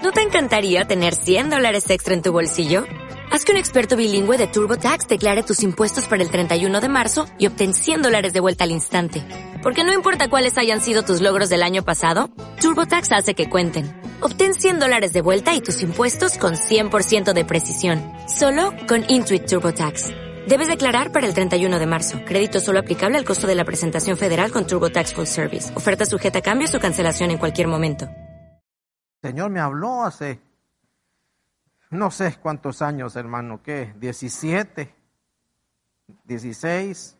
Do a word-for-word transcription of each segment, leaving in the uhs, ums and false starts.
¿No te encantaría tener cien dólares extra en tu bolsillo? Haz que un experto bilingüe de TurboTax declare tus impuestos para el treinta y uno de marzo y obtén cien dólares de vuelta al instante. Porque no importa cuáles hayan sido tus logros del año pasado, TurboTax hace que cuenten. Obtén cien dólares de vuelta y tus impuestos con cien por ciento de precisión. Solo con Intuit TurboTax. Debes declarar para el treinta y uno de marzo. Crédito solo aplicable al costo de la presentación federal con TurboTax Full Service. Oferta sujeta a cambios o cancelación en cualquier momento. El Señor me habló hace no sé cuántos años, hermano, ¿qué? diecisiete, dieciséis,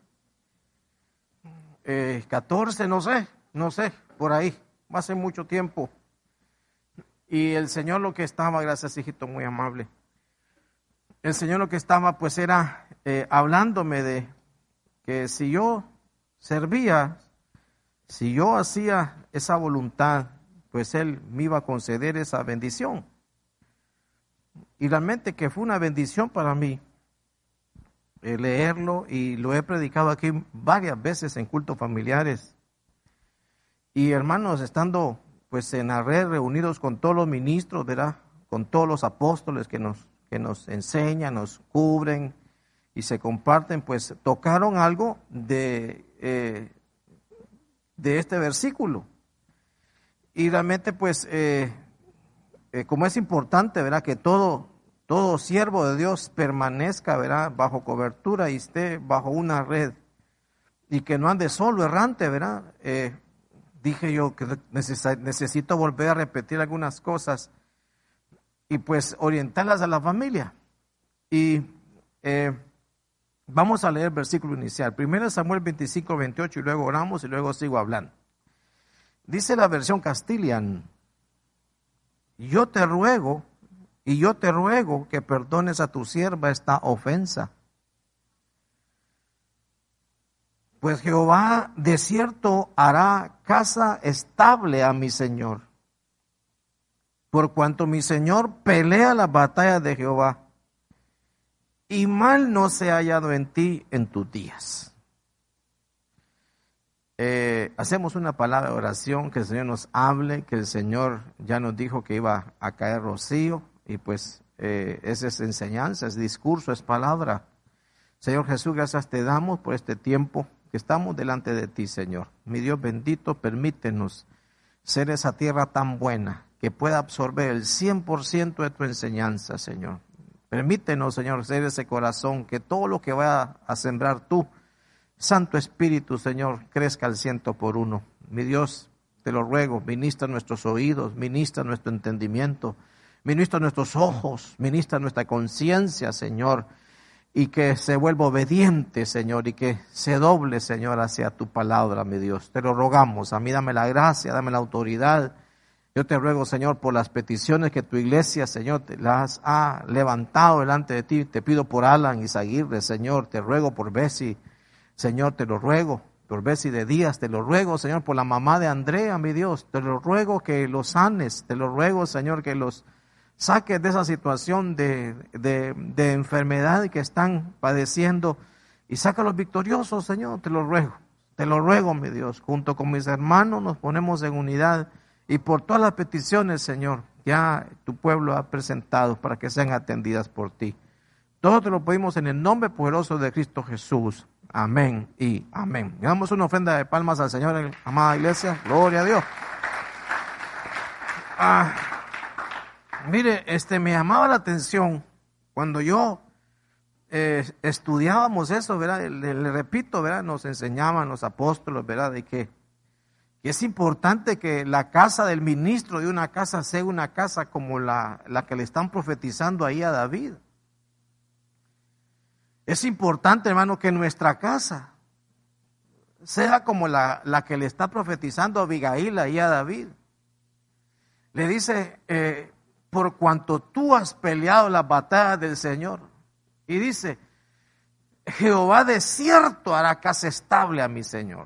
eh, catorce, no sé, no sé, por ahí, hace mucho tiempo. Y el Señor lo que estaba, gracias hijito, muy amable, el Señor lo que estaba pues era eh, hablándome de que si yo servía, si yo hacía esa voluntad, pues Él me iba a conceder esa bendición. Y realmente que fue una bendición para mí eh, leerlo, y lo he predicado aquí varias veces en cultos familiares. Y hermanos, estando pues en la red, reunidos con todos los ministros, ¿verdad? Con todos los apóstoles que nos, que nos enseñan, nos cubren y se comparten, pues tocaron algo de, eh, de este versículo. Y realmente pues eh, eh, como es importante, ¿verdad? Que todo, todo siervo de Dios permanezca, ¿verdad? Bajo cobertura y esté bajo una red, y que no ande solo, errante, ¿verdad? Eh, dije yo que neces- necesito volver a repetir algunas cosas y pues orientarlas a la familia. Y eh, vamos a leer el versículo inicial, primero Samuel veinticinco, veintiocho, y luego oramos y luego sigo hablando. Dice la versión Castilian: yo te ruego, y yo te ruego que perdones a tu sierva esta ofensa. Pues Jehová de cierto hará casa estable a mi Señor, por cuanto mi Señor pelea las batallas de Jehová, y mal no se ha hallado en ti en tus días. Eh, hacemos una palabra de oración, que el Señor nos hable, que el Señor ya nos dijo que iba a caer rocío, y pues eh, esa es enseñanza, es discurso, es palabra. Señor Jesús, gracias te damos por este tiempo que estamos delante de ti, Señor. Mi Dios bendito, permítenos ser esa tierra tan buena que pueda absorber el cien por ciento de tu enseñanza, Señor. Permítenos, Señor, ser ese corazón que todo lo que vaya a sembrar tú, Santo Espíritu, Señor, crezca al ciento por uno. Mi Dios, te lo ruego, ministra nuestros oídos, ministra nuestro entendimiento, ministra nuestros ojos, ministra nuestra conciencia, Señor, y que se vuelva obediente, Señor, y que se doble, Señor, hacia tu palabra, mi Dios. Te lo rogamos. A mí dame la gracia, dame la autoridad. Yo te ruego, Señor, por las peticiones que tu iglesia, Señor, te las ha levantado delante de ti. Te pido por Alan y Zaguirre, Señor. Te ruego por Bessie, Señor, te lo ruego. Por Bessie de Díaz, te lo ruego, Señor, por la mamá de Andrea, mi Dios. Te lo ruego que los sanes. Te lo ruego, Señor, que los saques de esa situación de, de, de enfermedad que están padeciendo, y sácalos victoriosos, Señor, te lo ruego, te lo ruego, mi Dios. Junto con mis hermanos nos ponemos en unidad, y por todas las peticiones, Señor, ya tu pueblo ha presentado para que sean atendidas por ti. Todo te lo pedimos en el nombre poderoso de Cristo Jesús. Amén y amén. Le damos una ofrenda de palmas al Señor, amada iglesia. Gloria a Dios. Ah. Mire, este, me llamaba la atención cuando yo eh, estudiábamos eso, ¿verdad? Le, le repito, ¿verdad? Nos enseñaban los apóstoles, ¿verdad? De que, que es importante que la casa del ministro de una casa sea una casa como la, la que le están profetizando ahí a David. Es importante, hermano, que nuestra casa sea como la, la que le está profetizando a Abigail ahí a David. Le dice, eh, por cuanto tú has peleado las batallas del Señor. Y dice, Jehová de cierto hará casa estable a mi Señor.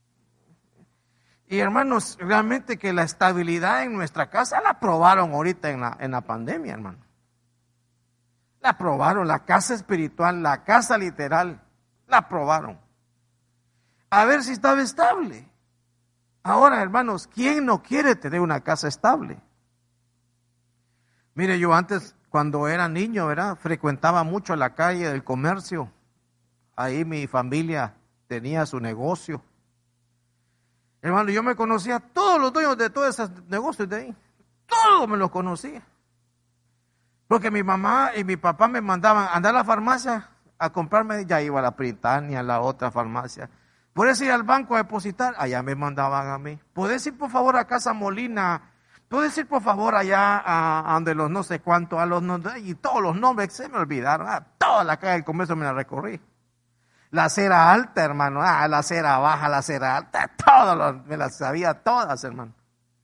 Y hermanos, realmente que la estabilidad en nuestra casa la probaron ahorita en la, en la pandemia, hermano. La probaron, la casa espiritual, la casa literal, la probaron. A ver si estaba estable. Ahora, hermanos, ¿quién no quiere tener una casa estable? Mire, yo antes, cuando era niño, ¿verdad? Frecuentaba mucho la calle del comercio. Ahí mi familia tenía su negocio. Hermano, yo me conocía a todos los dueños de todos esos negocios de ahí. Todos me los conocía. Porque mi mamá y mi papá me mandaban a andar a la farmacia a comprarme, ya iba a la Pritania, a la otra farmacia. ¿Puedes ir al banco a depositar? Allá me mandaban a mí. ¿Puedes ir por favor a Casa Molina? ¿Puedes ir por favor allá a, a donde los no sé cuánto, a los no, y todos los nombres se me olvidaron? Ah, toda la calle del comercio me la recorrí. La acera alta, hermano, ah, la acera baja, la acera alta, todas me las sabía todas, hermano.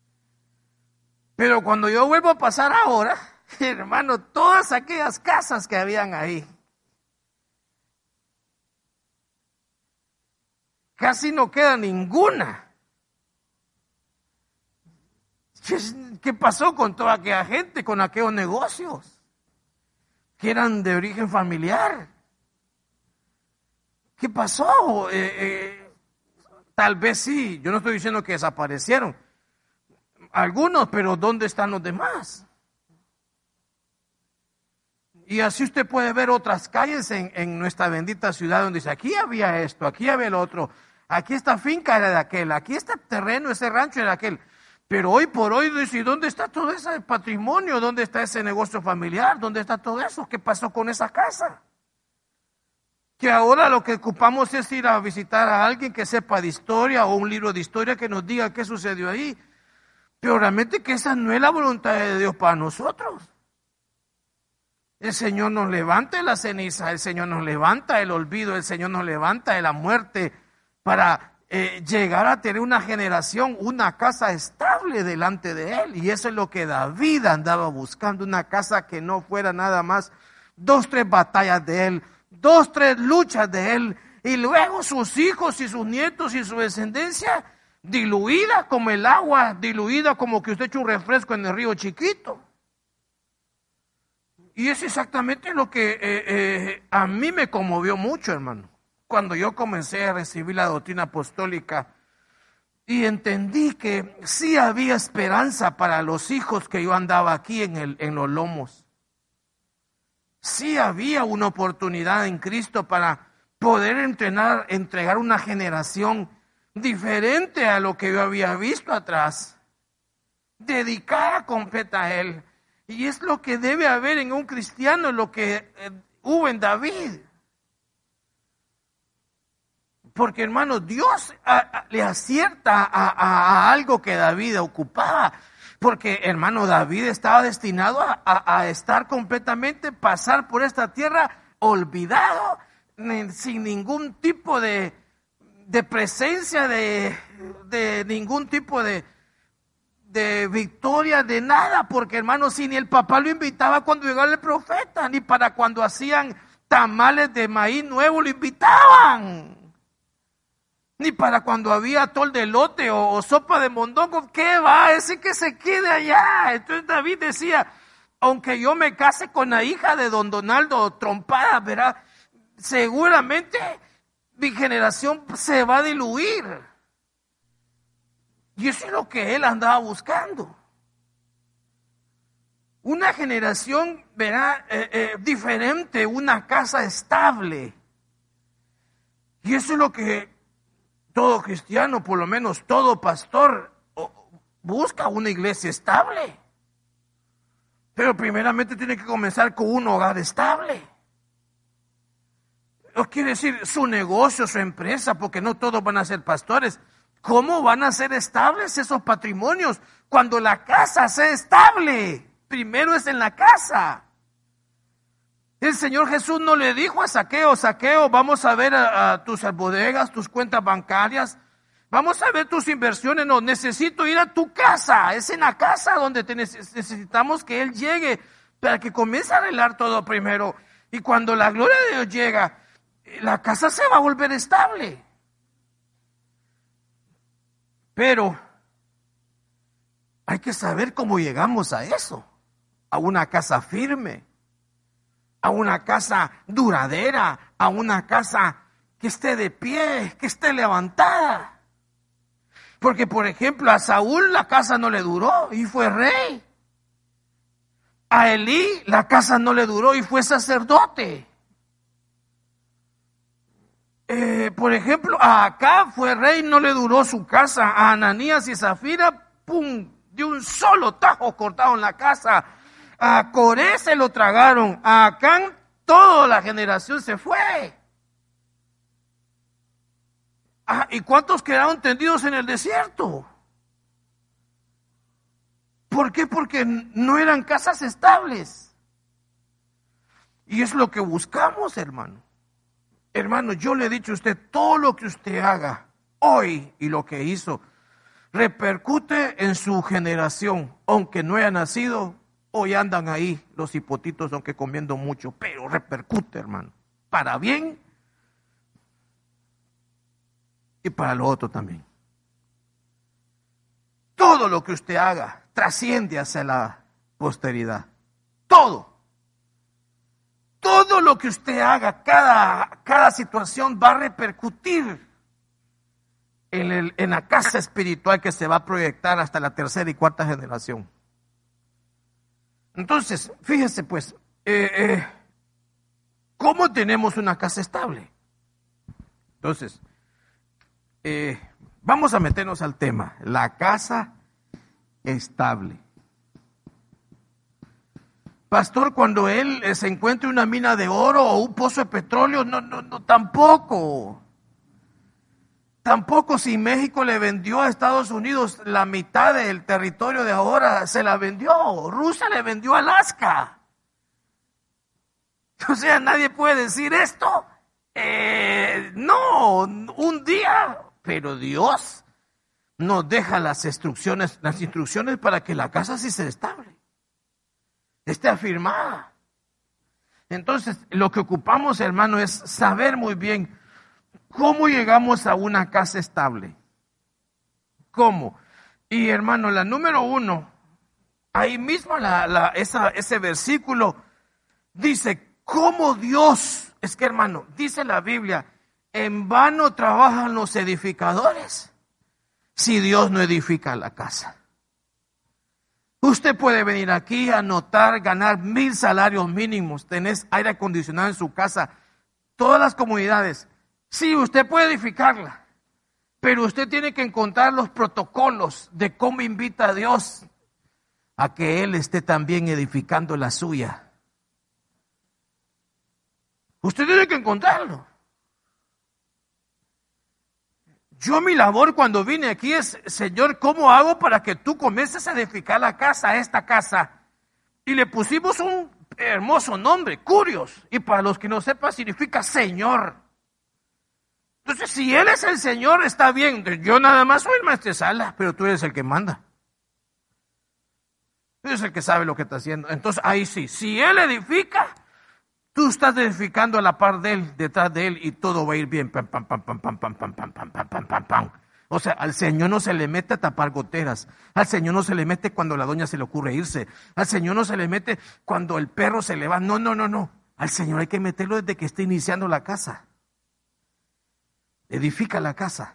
Pero cuando yo vuelvo a pasar ahora, hermano, todas aquellas casas que habían ahí, casi no queda ninguna. ¿Qué pasó con toda aquella gente, con aquellos negocios que eran de origen familiar? ¿Qué pasó? Eh, eh, tal vez sí, yo no estoy diciendo que desaparecieron algunos, pero ¿dónde están los demás? Y así usted puede ver otras calles en, en nuestra bendita ciudad donde dice, aquí había esto, aquí había el otro, aquí esta finca era de aquel, aquí este terreno, ese rancho era de aquel. Pero hoy por hoy dice, ¿dónde está todo ese patrimonio? ¿Dónde está ese negocio familiar? ¿Dónde está todo eso? ¿Qué pasó con esa casa? Que ahora lo que ocupamos es ir a visitar a alguien que sepa de historia o un libro de historia que nos diga qué sucedió ahí. Pero realmente que esa no es la voluntad de Dios para nosotros. El Señor nos levanta de la ceniza, el Señor nos levanta del olvido, el Señor nos levanta de la muerte para eh, llegar a tener una generación, una casa estable delante de Él. Y eso es lo que David andaba buscando, una casa que no fuera nada más dos, tres batallas de Él, dos, tres luchas de Él, y luego sus hijos y sus nietos y su descendencia diluida como el agua, diluida como que usted echa un refresco en el río chiquito. Y es exactamente lo que eh, eh, a mí me conmovió mucho, hermano, cuando yo comencé a recibir la doctrina apostólica y entendí que sí había esperanza para los hijos que yo andaba aquí en, el, en los lomos. Sí había una oportunidad en Cristo para poder entrenar, entregar una generación diferente a lo que yo había visto atrás, dedicada completa a Él. Y es lo que debe haber en un cristiano, lo que eh, hubo en David. Porque, hermano, Dios a, a, le acierta a, a, a algo que David ocupaba. Porque, hermano, David estaba destinado a, a, a estar completamente, pasar por esta tierra olvidado, sin ningún tipo de, de presencia, de, de ningún tipo de... de victoria, de nada, porque hermano, si ni el papá lo invitaba cuando llegaba el profeta, ni para cuando hacían tamales de maíz nuevo lo invitaban, ni para cuando había atol de elote o, o sopa de mondongo. ¿Qué va? Ese que se quede allá. Entonces David decía, aunque yo me case con la hija de don Donaldo Trompada, verá, seguramente mi generación se va a diluir. Y eso es lo que él andaba buscando. Una generación, verá, eh, eh, diferente, una casa estable. Y eso es lo que todo cristiano, por lo menos todo pastor, busca, una iglesia estable. Pero primeramente tiene que comenzar con un hogar estable. No quiere decir su negocio, su empresa, porque no todos van a ser pastores. ¿Cómo van a ser estables esos patrimonios cuando la casa sea estable? Primero es en la casa. El Señor Jesús no le dijo a Zaqueo, Zaqueo, vamos a ver a, a tus bodegas, tus cuentas bancarias, vamos a ver tus inversiones. No, necesito ir a tu casa. Es en la casa donde te necesitamos que Él llegue para que comience a arreglar todo primero. Y cuando la gloria de Dios llega, la casa se va a volver estable. Pero hay que saber cómo llegamos a eso, a una casa firme, a una casa duradera, a una casa que esté de pie, que esté levantada. Porque, por ejemplo, a Saúl la casa no le duró y fue rey. A Elí la casa no le duró y fue sacerdote. Eh, por ejemplo, a Acab fue rey, no le duró su casa. A Ananías y Zafira, pum, de un solo tajo cortaron la casa. A Coré se lo tragaron. A Acán toda la generación se fue. Ah, ¿y cuántos quedaron tendidos en el desierto? ¿Por qué? Porque no eran casas estables. Y es lo que buscamos, hermano. Hermano, yo le he dicho a usted, todo lo que usted haga hoy y lo que hizo, repercute en su generación. Aunque no haya nacido, hoy andan ahí los hipotitos, aunque comiendo mucho, pero repercute, hermano. Para bien y para lo otro también. Todo lo que usted haga trasciende hacia la posteridad. Todo. Todo lo que usted haga, cada, cada situación va a repercutir en, el, en la casa espiritual que se va a proyectar hasta la tercera y cuarta generación. Entonces, fíjese pues, eh, eh, ¿cómo tenemos una casa estable? Entonces, eh, vamos a meternos al tema, la casa estable. Pastor, cuando él eh, se encuentre una mina de oro o un pozo de petróleo, no, no, no, tampoco. Tampoco si México le vendió a Estados Unidos la mitad del territorio de ahora, se la vendió. Rusia le vendió a Alaska. O sea, nadie puede decir esto. Eh, no, un día, pero Dios nos deja las instrucciones, las instrucciones para que la casa sí se estable. Esté afirmada. Entonces, lo que ocupamos, hermano, es saber muy bien cómo llegamos a una casa estable. ¿Cómo? Y, hermano, la número uno, ahí mismo la, la, esa, ese versículo dice, ¿cómo Dios? Es que, hermano, dice la Biblia, en vano trabajan los edificadores si Dios no edifica la casa. Usted puede venir aquí a anotar, ganar mil salarios mínimos, tenés aire acondicionado en su casa, todas las comunidades. Sí, usted puede edificarla, pero usted tiene que encontrar los protocolos de cómo invita a Dios a que Él esté también edificando la suya. Usted tiene que encontrarlo. Yo mi labor cuando vine aquí es, Señor, ¿cómo hago para que tú comiences a edificar la casa, esta casa? Y le pusimos un hermoso nombre, Curios, y para los que no sepan significa Señor. Entonces, si Él es el Señor, está bien, yo nada más soy el maestresala, pero tú eres el que manda. Tú eres el que sabe lo que está haciendo. Entonces, ahí sí, si Él edifica, tú estás edificando a la par de Él, detrás de Él, y todo va a ir bien. Pam, pam, pam, pam, pam, pam, pam, pam, pam, pam, pam, pam, pam. O sea, al Señor no se le mete a tapar goteras. Al Señor no se le mete cuando a la doña se le ocurre irse. Al Señor no se le mete cuando el perro se le va. No, no, no, no. Al Señor hay que meterlo desde que esté iniciando la casa. Edifica la casa.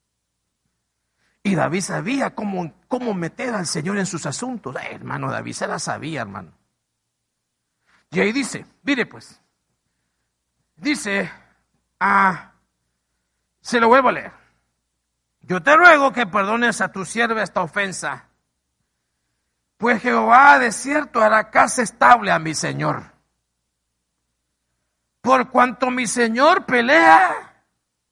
Y David sabía cómo, cómo meter al Señor en sus asuntos. Eh, hermano, David se la sabía, hermano. Y ahí dice, mire pues, dice, ah, se lo vuelvo a leer. Yo te ruego que perdones a tu sierva esta ofensa, pues Jehová de cierto hará casa estable a mi Señor. Por cuanto mi Señor pelea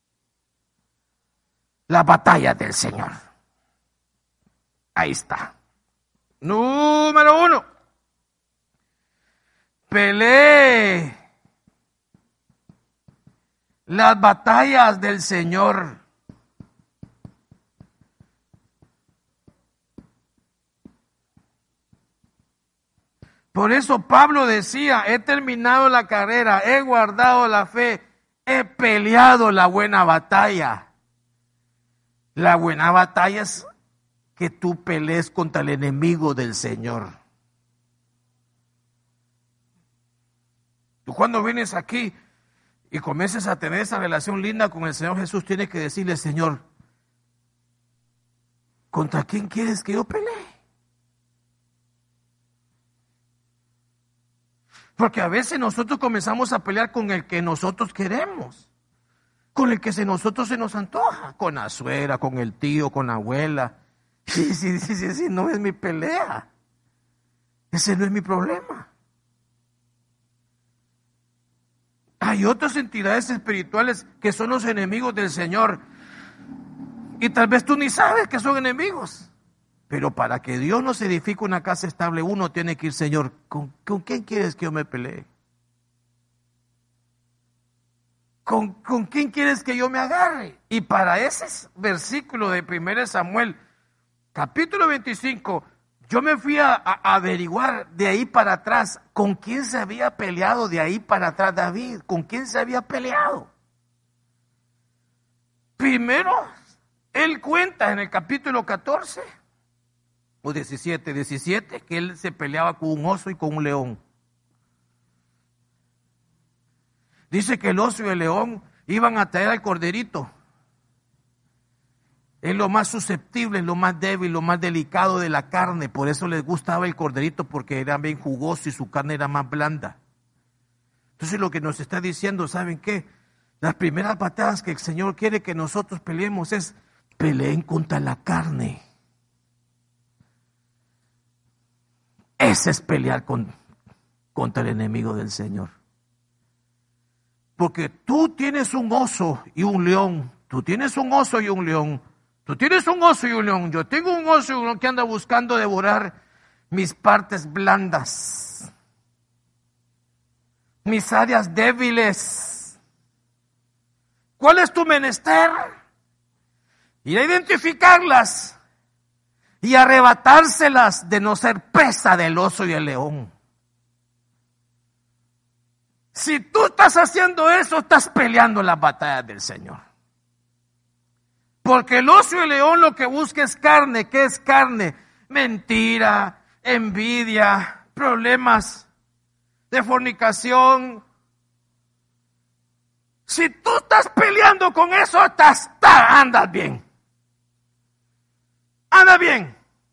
la batalla del Señor. Ahí está. Número uno. Pelee las batallas del Señor. Por eso Pablo decía, he terminado la carrera, he guardado la fe, he peleado la buena batalla. La buena batalla es que tú pelees contra el enemigo del Señor. Tú cuando vienes aquí y comiences a tener esa relación linda con el Señor Jesús, tienes que decirle, Señor, ¿contra quién quieres que yo pelee? Porque a veces nosotros comenzamos a pelear con el que nosotros queremos, con el que se nosotros se nos antoja, con la suegra, con el tío, con la abuela. Y sí, sí, sí, sí, no es mi pelea. Ese no es mi problema. Hay otras entidades espirituales que son los enemigos del Señor. Y tal vez tú ni sabes que son enemigos. Pero para que Dios nos edifique una casa estable, uno tiene que ir, Señor, ¿con, con quién quieres que yo me pelee? ¿Con, ¿Con quién quieres que yo me agarre? Y para ese versículo de primero Samuel, capítulo veinticinco, yo me fui a, a averiguar de ahí para atrás con quién se había peleado de ahí para atrás David, con quién se había peleado. Primero, él cuenta en el capítulo catorce o diecisiete, diecisiete, que él se peleaba con un oso y con un león. Dice que el oso y el león iban a traer al corderito. Es lo más susceptible, es lo más débil, lo más delicado de la carne. Por eso les gustaba el corderito, porque era bien jugoso y su carne era más blanda. Entonces lo que nos está diciendo, ¿saben qué? Las primeras batallas que el Señor quiere que nosotros peleemos es peleen contra la carne. Ese es pelear con, contra el enemigo del Señor. Porque tú tienes un oso y un león. Tú tienes un oso y un león. Tú tienes un oso y un león. Yo tengo un oso y un león que anda buscando devorar mis partes blandas, mis áreas débiles. ¿Cuál es tu menester? Ir a identificarlas y arrebatárselas de no ser presa del oso y el león. Si tú estás haciendo eso, estás peleando las batallas del Señor. Porque el oso y el león lo que busca es carne. ¿Qué es carne? Mentira, envidia, problemas de fornicación. Si tú estás peleando con eso, estás, estás, andas bien. Anda bien.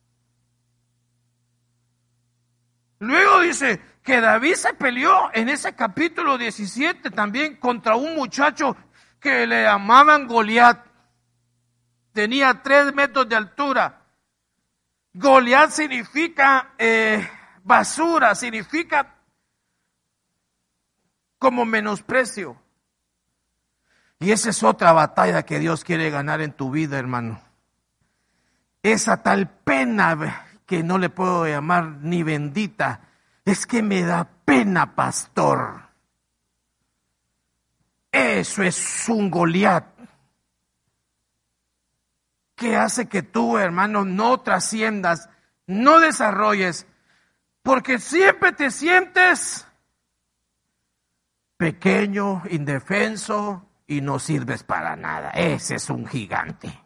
Luego dice que David se peleó en ese capítulo diecisiete también contra un muchacho que le llamaban Goliat. Tenía tres metros de altura. Goliat significa eh, basura, significa como menosprecio. Y esa es otra batalla que Dios quiere ganar en tu vida, hermano. Esa tal pena que no le puedo llamar ni bendita, es que me da pena, pastor. Eso es un Goliat que hace que tú, hermano, no trasciendas, no desarrolles, porque siempre te sientes pequeño, indefenso y no sirves para nada. Ese es un gigante.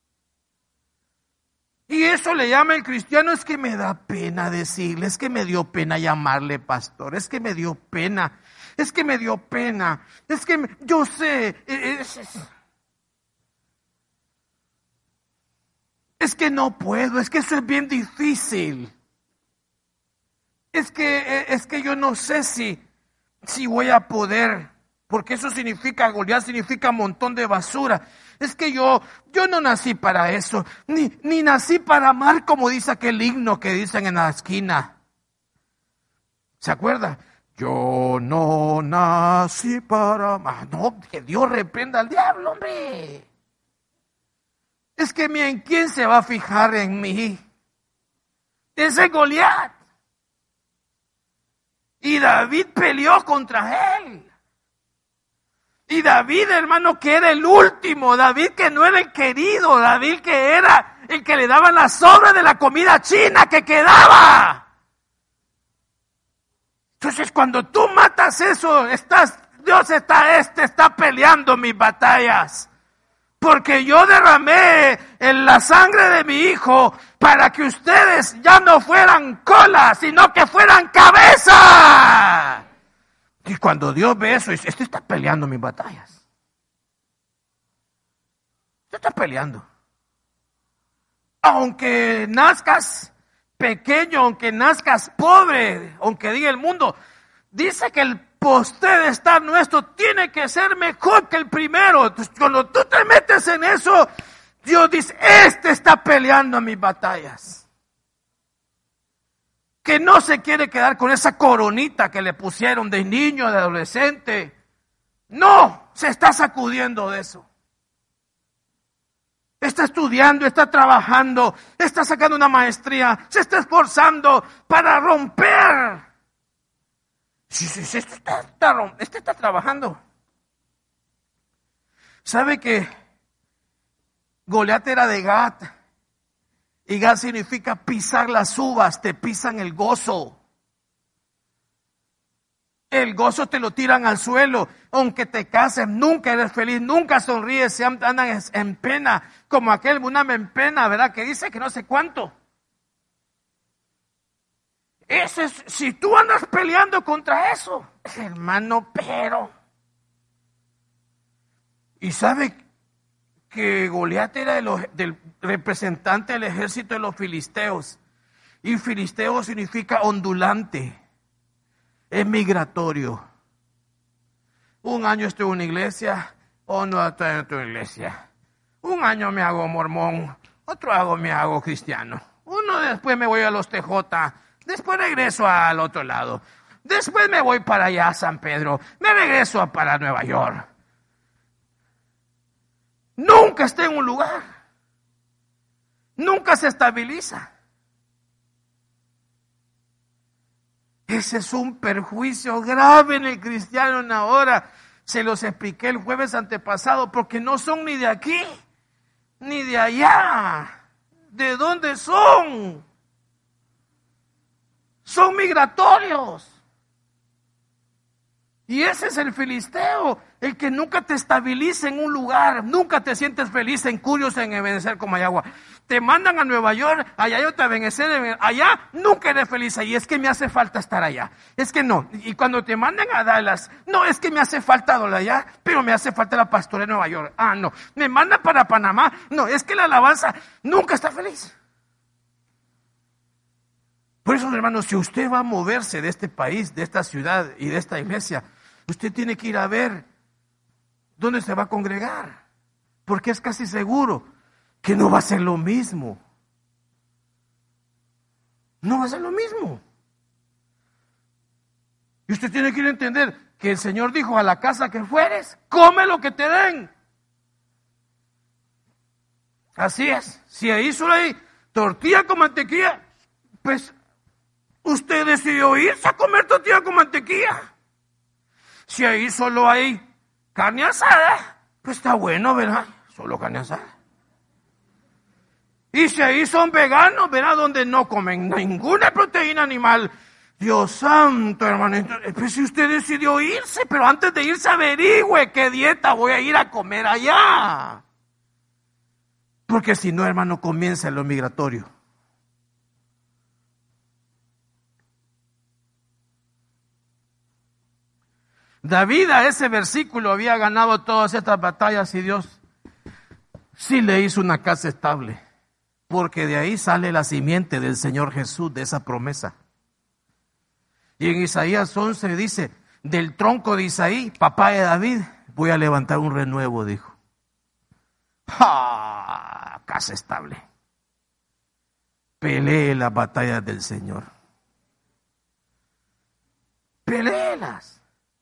Y eso le llama el cristiano, es que me da pena decirle, es que me dio pena llamarle pastor, es que me dio pena, es que me dio pena, es que me, yo sé, es, es, es que no puedo, es que eso es bien difícil, es que, es que yo no sé si, si voy a poder, porque eso significa, Goliat significa montón de basura. Es que yo, yo no nací para eso, ni, ni nací para amar, como dice aquel himno que dicen en la esquina. ¿Se acuerda? Yo no nací para amar. No, que Dios reprenda al diablo, hombre. Es que ¿en quién se va a fijar en mí? Ese Goliat. Y David peleó contra él. Y David, hermano, que era el último, David que no era el querido, David que era el que le daban las sobras de la comida china que quedaba. Entonces, cuando tú matas eso, estás, Dios está, este está peleando mis batallas. Porque yo derramé en la sangre de mi hijo para que ustedes ya no fueran cola, sino que fueran cabeza. Y cuando Dios ve eso, dice, este está peleando mis batallas. Este está peleando. Aunque nazcas pequeño, aunque nazcas pobre, aunque diga el mundo, dice que el poste de estar nuestro tiene que ser mejor que el primero. Entonces, cuando tú te metes en eso, Dios dice, este está peleando mis batallas. Que no se quiere quedar con esa coronita que le pusieron de niño, de adolescente. No, se está sacudiendo de eso. Está estudiando, está trabajando, está sacando una maestría, se está esforzando para romper. Sí, sí, sí, este está, está, este está trabajando. ¿Sabe que Goliat era de Gat? Y Gat significa pisar las uvas, te pisan el gozo. El gozo te lo tiran al suelo. Aunque te cases, nunca eres feliz, nunca sonríes, se andan en pena, como aquel una en pena, ¿verdad? Que dice que no sé cuánto. Ese es, si tú andas peleando contra eso, hermano, pero. Y sabe que Goliat era de los, del representante del ejército de los filisteos. Y filisteo significa ondulante. Es migratorio. Un año estoy en una iglesia, o no estoy en otra iglesia. Un año me hago mormón, otro año me hago cristiano. Uno después me voy a los T J, después regreso al otro lado. Después me voy para allá a San Pedro, me regreso para Nueva York. Nunca está en un lugar. Nunca se estabiliza. Ese es un perjuicio grave en el cristiano ahora. Se los expliqué el jueves antepasado, porque no son ni de aquí, ni de allá. ¿De dónde son? Son migratorios. Y ese es el filisteo, el que nunca te estabiliza en un lugar, nunca te sientes feliz en Curios, en Ebenezer, Comayagua. Te mandan a Nueva York, allá yo te Ebenezer, allá nunca eres feliz ahí, es que me hace falta estar allá. Es que no, y cuando te mandan a Dallas, no, es que me hace falta lo de allá, pero me hace falta la pastora de Nueva York. Ah, no, me mandan para Panamá, no, es que la alabanza nunca está feliz. Por eso, hermanos, si usted va a moverse de este país, de esta ciudad y de esta iglesia, usted tiene que ir a ver dónde se va a congregar, porque es casi seguro que no va a ser lo mismo. No va a ser lo mismo. Y usted tiene que ir a entender que el Señor dijo, a la casa que fueres, come lo que te den. Así es. Si ahí solo hay tortilla con mantequilla, pues usted decidió irse a comer tortilla con mantequilla. Si ahí solo hay carne asada, pues está bueno, ¿verdad? Solo carne asada. Y si ahí son veganos, ¿verdad? Donde no comen ninguna proteína animal. Dios santo, hermano. Pues si usted decidió irse, pero antes de irse averigüe qué dieta voy a ir a comer allá. Porque si no, hermano, comienza en lo migratorio. David a ese versículo había ganado todas estas batallas y Dios sí le hizo una casa estable, porque de ahí sale la simiente del Señor Jesús, de esa promesa. Y en Isaías once dice, del tronco de Isaí, papá de David, voy a levantar un renuevo, dijo. ¡Ja! Casa estable. Pelee las batallas del Señor. Peléelas.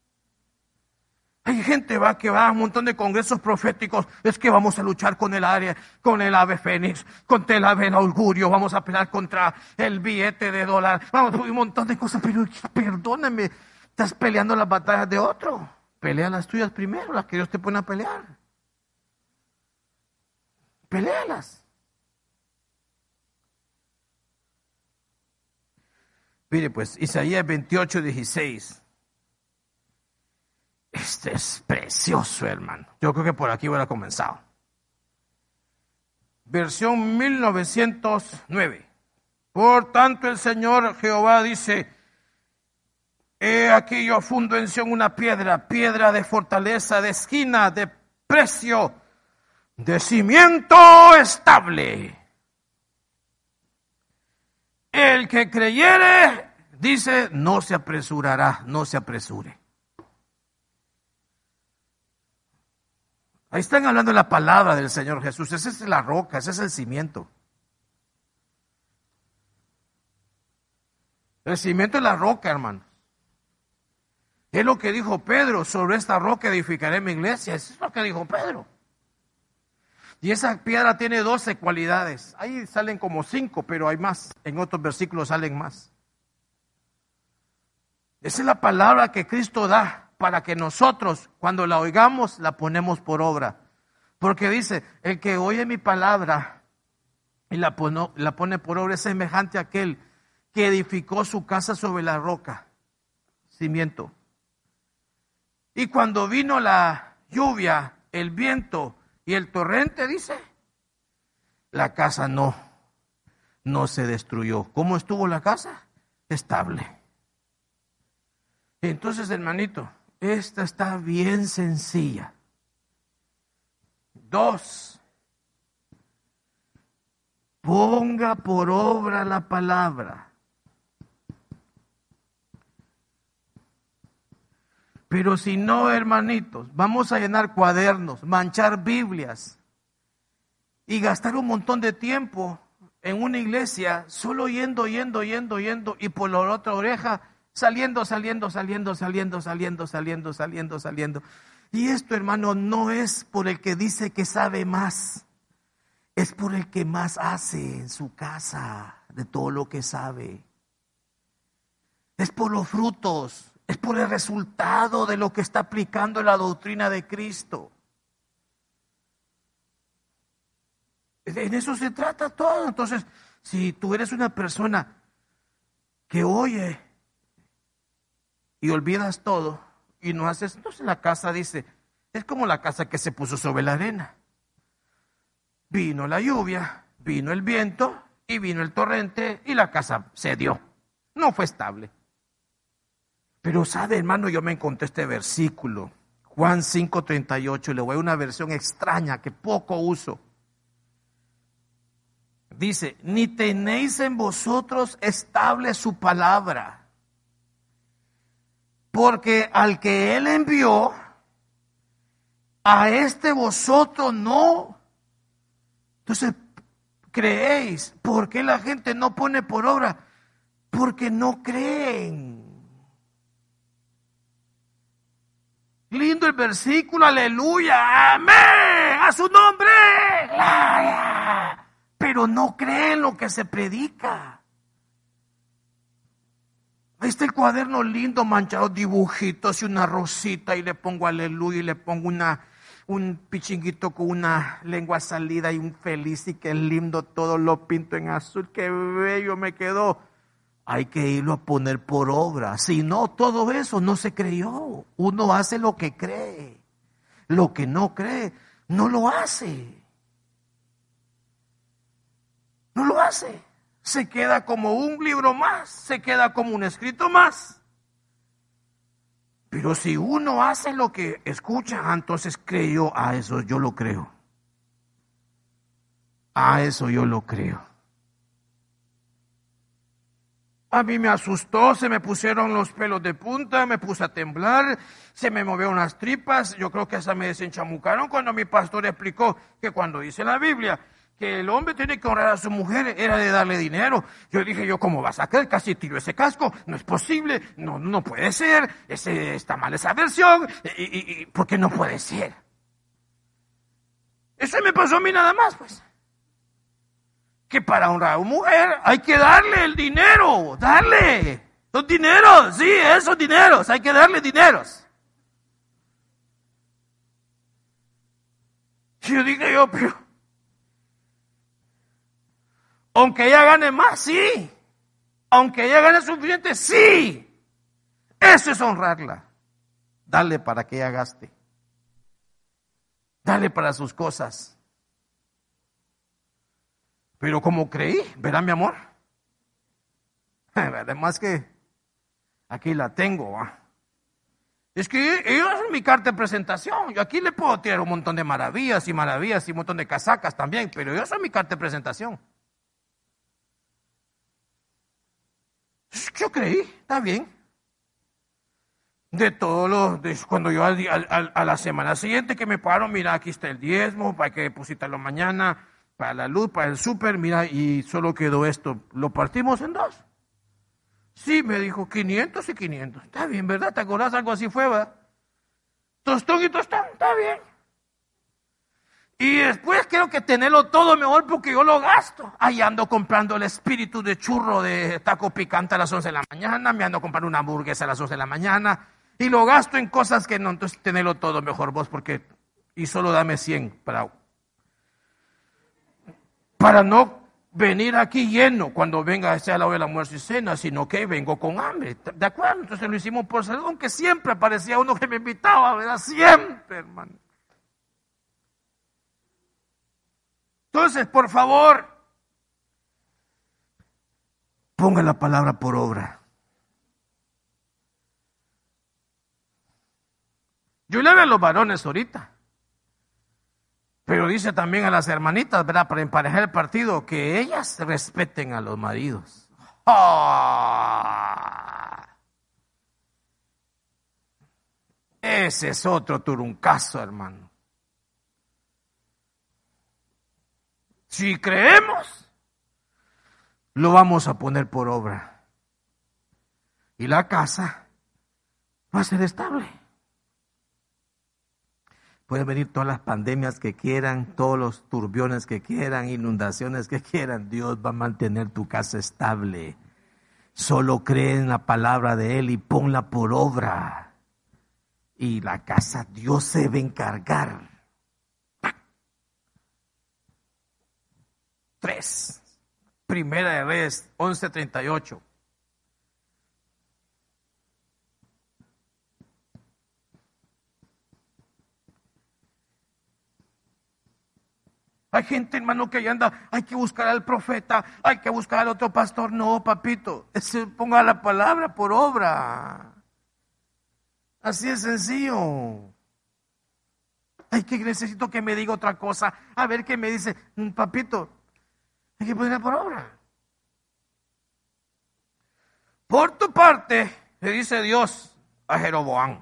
Hay gente va que va a un montón de congresos proféticos. Es que vamos a luchar con el área, con el ave fénix, contra el ave augurio, vamos a pelear contra el billete de dólar, vamos a un montón de cosas. Pero perdóname, estás peleando las batallas de otro. Pelea las tuyas primero, las que Dios te pone a pelear. Peléalas. Mire pues, Isaías veintiocho, dieciséis. Este es precioso, hermano. Yo creo que por aquí hubiera comenzado. Versión mil novecientos nueve. Por tanto el Señor Jehová dice, he aquí yo fundo en Sión una piedra, piedra de fortaleza, de esquina, de precio, de cimiento estable. El que creyere, dice, no se apresurará, no se apresure. Ahí están hablando de la palabra del Señor Jesús. Esa es la roca, ese es el cimiento. El cimiento es la roca, hermanos. Es lo que dijo Pedro, sobre esta roca edificaré mi iglesia. Eso es lo que dijo Pedro. Y esa piedra tiene doce cualidades. Ahí salen como cinco, pero hay más. En otros versículos salen más. Esa es la palabra que Cristo da para que nosotros, cuando la oigamos, la ponemos por obra. Porque dice, el que oye mi palabra y la pone, la pone por obra es semejante a aquel que edificó su casa sobre la roca, cimiento. Y cuando vino la lluvia, el viento y el torrente, dice, la casa no, no se destruyó. ¿Cómo estuvo la casa? Estable. Entonces, hermanito, esta está bien sencilla. Dos, ponga por obra la palabra. Pero si no, hermanitos, vamos a llenar cuadernos, manchar Biblias y gastar un montón de tiempo en una iglesia solo yendo, yendo, yendo, yendo y por la otra oreja saliendo, saliendo, saliendo, saliendo, saliendo, saliendo, saliendo, saliendo. Y esto, hermano, no es por el que dice que sabe más, es por el que más hace en su casa de todo lo que sabe. Es por los frutos. Es por el resultado de lo que está aplicando la doctrina de Cristo. En eso se trata todo. Entonces, si tú eres una persona que oye y olvidas todo y no haces, entonces la casa dice, es como la casa que se puso sobre la arena. Vino la lluvia, vino el viento y vino el torrente y la casa cedió. No fue estable. Pero sabe, hermano, yo me encontré este versículo, Juan cinco treinta y ocho, y le voy a una versión extraña que poco uso. Dice, ni tenéis en vosotros estable su palabra, porque al que él envió, a este vosotros no. Entonces, creéis. ¿Por qué la gente no pone por obra? Porque no creen. Lindo el versículo, aleluya, amén, a su nombre, gloria. Pero no creen lo que se predica. Ahí está el cuaderno lindo, manchado, dibujitos y una rosita, y le pongo aleluya, y le pongo una, un pichinguito con una lengua salida y un feliz, y qué lindo, todo lo pinto en azul, qué bello me quedó. Hay que irlo a poner por obra. Si no, todo eso no se creyó. Uno hace lo que cree. Lo que no cree, no lo hace. No lo hace. Se queda como un libro más. Se queda como un escrito más. Pero si uno hace lo que escucha, entonces creyó. A eso yo lo creo. A eso yo lo creo. A mí me asustó, se me pusieron los pelos de punta, me puse a temblar, se me movieron las tripas, yo creo que hasta me desenchamucaron cuando mi pastor explicó que cuando dice la Biblia que el hombre tiene que honrar a su mujer, era de darle dinero. Yo dije, yo, ¿cómo vas a creer? Casi tiro ese casco, no es posible, no, no puede ser, ese, está mal esa versión, y, y, y, ¿por qué no puede ser? Eso me pasó a mí nada más, pues. Que para honrar a una mujer hay que darle el dinero, darle los dineros, sí, esos dineros, hay que darle dineros. Y yo dije yo, pero aunque ella gane más, sí, aunque ella gane suficiente, sí, eso es honrarla, darle para que ella gaste, darle para sus cosas. Pero como creí, verá mi amor. Además que aquí la tengo. ¿va? Es que ellos es mi carta de presentación. Yo aquí le puedo tirar un montón de maravillas y maravillas y un montón de casacas también, pero yo soy mi carta de presentación. Yo creí, está bien. De todos los, de, cuando yo al, al, a la semana siguiente que me paro, mira, aquí está el diezmo, para que depositarlo mañana, para la luz, para el súper, mira, y solo quedó esto. ¿Lo partimos en dos? Sí, me dijo, quinientos y quinientos. Está bien, ¿verdad? ¿Te acordás? Algo así fue, ¿verdad? Tostón y tostón, está bien. Y después quiero que tenerlo todo mejor porque yo lo gasto. Ahí ando comprando el espíritu de churro de taco picante a las once de la mañana, me ando comprando una hamburguesa a las once de la mañana y lo gasto en cosas que no, entonces tenerlo todo mejor vos porque, y solo dame cien para, para no venir aquí lleno cuando venga sea la hora del almuerzo y cena, sino que vengo con hambre, ¿de acuerdo? Entonces lo hicimos por salud, aunque siempre aparecía uno que me invitaba, ¿verdad? Siempre, hermano. Entonces, por favor, ponga la palabra por obra. Yo le veo a los varones ahorita, pero dice también a las hermanitas, ¿verdad? Para emparejar el partido, que ellas respeten a los maridos. ¡Oh! Ese es otro turuncazo, hermano. Si creemos, lo vamos a poner por obra. Y la casa va a ser estable. Pueden venir todas las pandemias que quieran, todos los turbiones que quieran, inundaciones que quieran. Dios va a mantener tu casa estable. Solo cree en la palabra de Él y ponla por obra. Y la casa Dios se va a encargar. Tres. Primera de Reyes once treinta y ocho. Hay gente, hermano, que ya anda, hay que buscar al profeta, hay que buscar al otro pastor. No, papito, ese, ponga la palabra por obra. Así es sencillo. Ay, que necesito que me diga otra cosa. A ver qué me dice, papito. Hay que ponerla por obra. Por tu parte, le dice Dios a Jeroboam,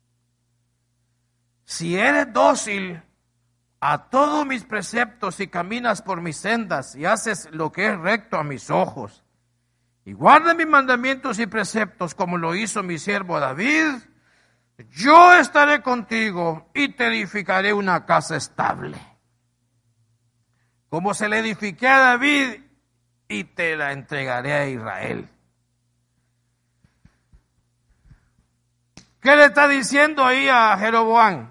si eres dócil a todos mis preceptos y caminas por mis sendas y haces lo que es recto a mis ojos y guardas mis mandamientos y preceptos como lo hizo mi siervo David, yo estaré contigo y te edificaré una casa estable, como se le edifiqué a David, y te la entregaré a Israel. ¿Qué le está diciendo ahí a Jeroboam?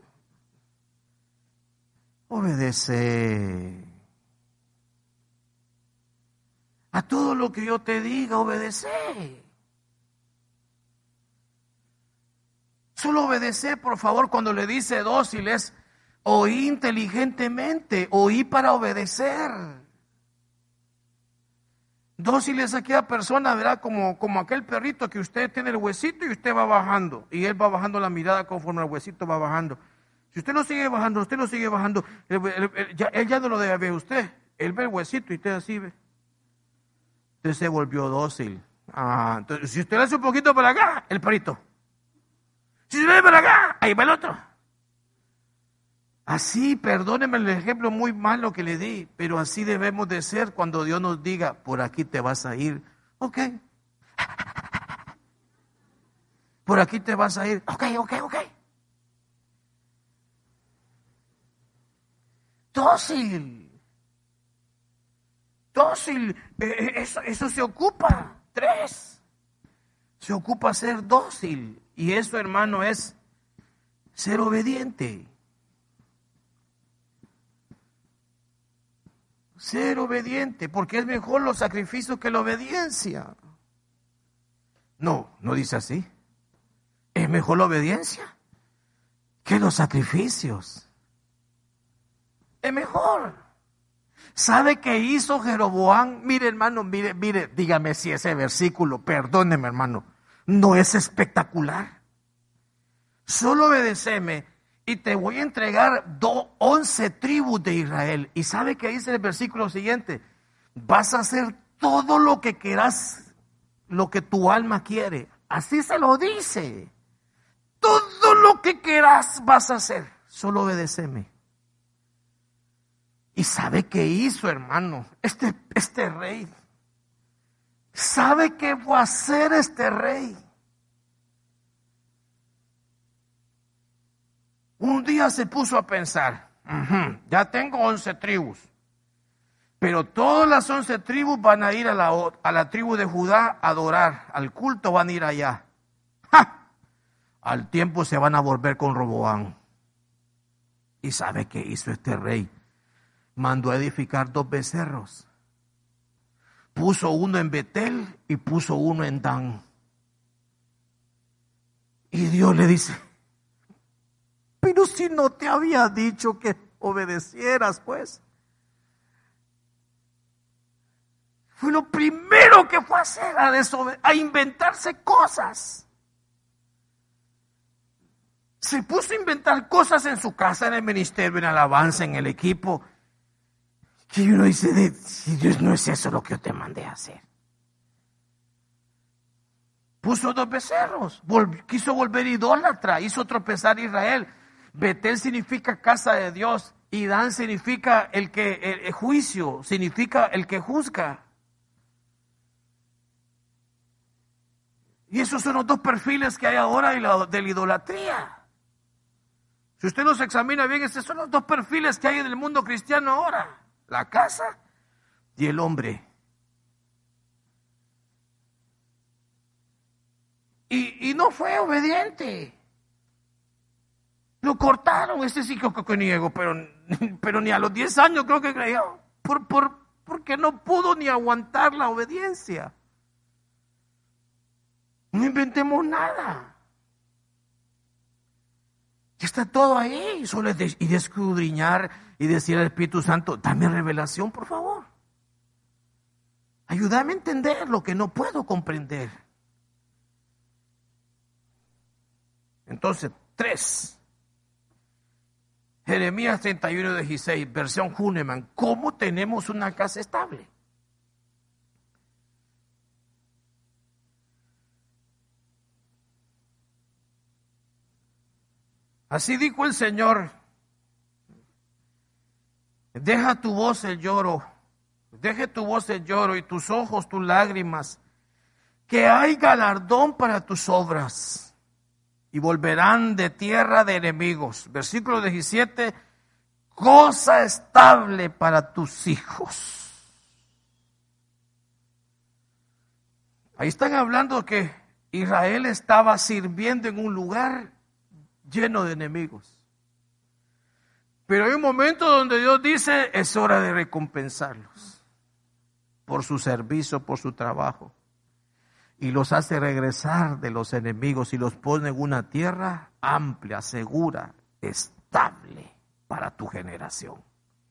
Obedece. A todo lo que yo te diga, obedece. Solo obedece, por favor, cuando le dice dóciles. Oí inteligentemente, oí para obedecer. Dóciles a aquella persona, verá, como, como aquel perrito que usted tiene el huesito y usted va bajando. Y él va bajando la mirada conforme el huesito va bajando. Si usted lo sigue bajando, usted lo sigue bajando, él, él, él, ya, él ya no lo debe ver usted. Él ve el huesito y usted así ve. Usted se volvió dócil. Ah, entonces, si usted le hace un poquito para acá, el perrito. Si se le ve para acá, ahí va el otro. Así, perdóneme el ejemplo muy malo que le di, pero así debemos de ser cuando Dios nos diga, por aquí te vas a ir, ok. Por aquí te vas a ir, ok, ok, ok. Dócil. Dócil, eh, eso, eso se ocupa. Tres. Se ocupa ser dócil. Y eso, hermano, es ser obediente. Ser obediente, porque es mejor los sacrificios que la obediencia. No, no dice así. Es mejor la obediencia que los sacrificios. Es mejor. ¿Sabe qué hizo Jeroboam? Mire, hermano, mire, mire, dígame si ese versículo, perdóneme, hermano, no es espectacular. Solo obedéceme y te voy a entregar do, once tribus de Israel. ¿Y sabe qué dice el versículo siguiente? Vas a hacer todo lo que quieras, lo que tu alma quiere. Así se lo dice. Todo lo que quieras vas a hacer, solo obedéceme. ¿Y sabe qué hizo, hermano? Este, este rey. ¿Sabe qué fue a hacer este rey? Un día se puso a pensar, uh-huh, ya tengo once tribus, pero todas las once tribus van a ir a la, a la tribu de Judá a adorar, al culto van a ir allá. ¡Ja! Al tiempo se van a volver con Roboam. ¿Y sabe qué hizo este rey? Mandó a edificar dos becerros. Puso uno en Betel y puso uno en Dan. Y Dios le dice, pero si no te había dicho que obedecieras, pues. Fue lo primero que fue a hacer, a, desobe- a inventarse cosas. Se puso a inventar cosas en su casa, en el ministerio, en alabanza, en el equipo. Que uno dice, de, si Dios no es eso lo que yo te mandé a hacer. Puso dos becerros, vol- quiso volver idólatra, hizo tropezar a Israel. Betel significa casa de Dios y Dan significa el que, el, el juicio, significa el que juzga. Y esos son los dos perfiles que hay ahora de la, de la idolatría. Si usted los examina bien, esos son los dos perfiles que hay en el mundo cristiano ahora. La casa y el hombre. Y, y no fue obediente. Lo cortaron, ese sí creo que niego, pero, pero ni a los diez años creo que creyó. Por, por, porque no pudo ni aguantar la obediencia. No inventemos nada. Está todo ahí. Solo es de, y de escudriñar y decir al Espíritu Santo, dame revelación, por favor. Ayúdame a entender lo que no puedo comprender. Entonces, tres. Jeremías treinta y uno, dieciséis, versión Huneman. ¿Cómo tenemos una casa estable? Así dijo el Señor, deja tu voz el lloro, deje tu voz el lloro y tus ojos tus lágrimas, que hay galardón para tus obras y volverán de tierra de enemigos. Versículo diecisiete, cosa estable para tus hijos. Ahí están hablando que Israel estaba sirviendo en un lugar lleno de enemigos. Pero hay un momento donde Dios dice, es hora de recompensarlos por su servicio, por su trabajo. Y los hace regresar de los enemigos y los pone en una tierra amplia, segura, estable para tu generación.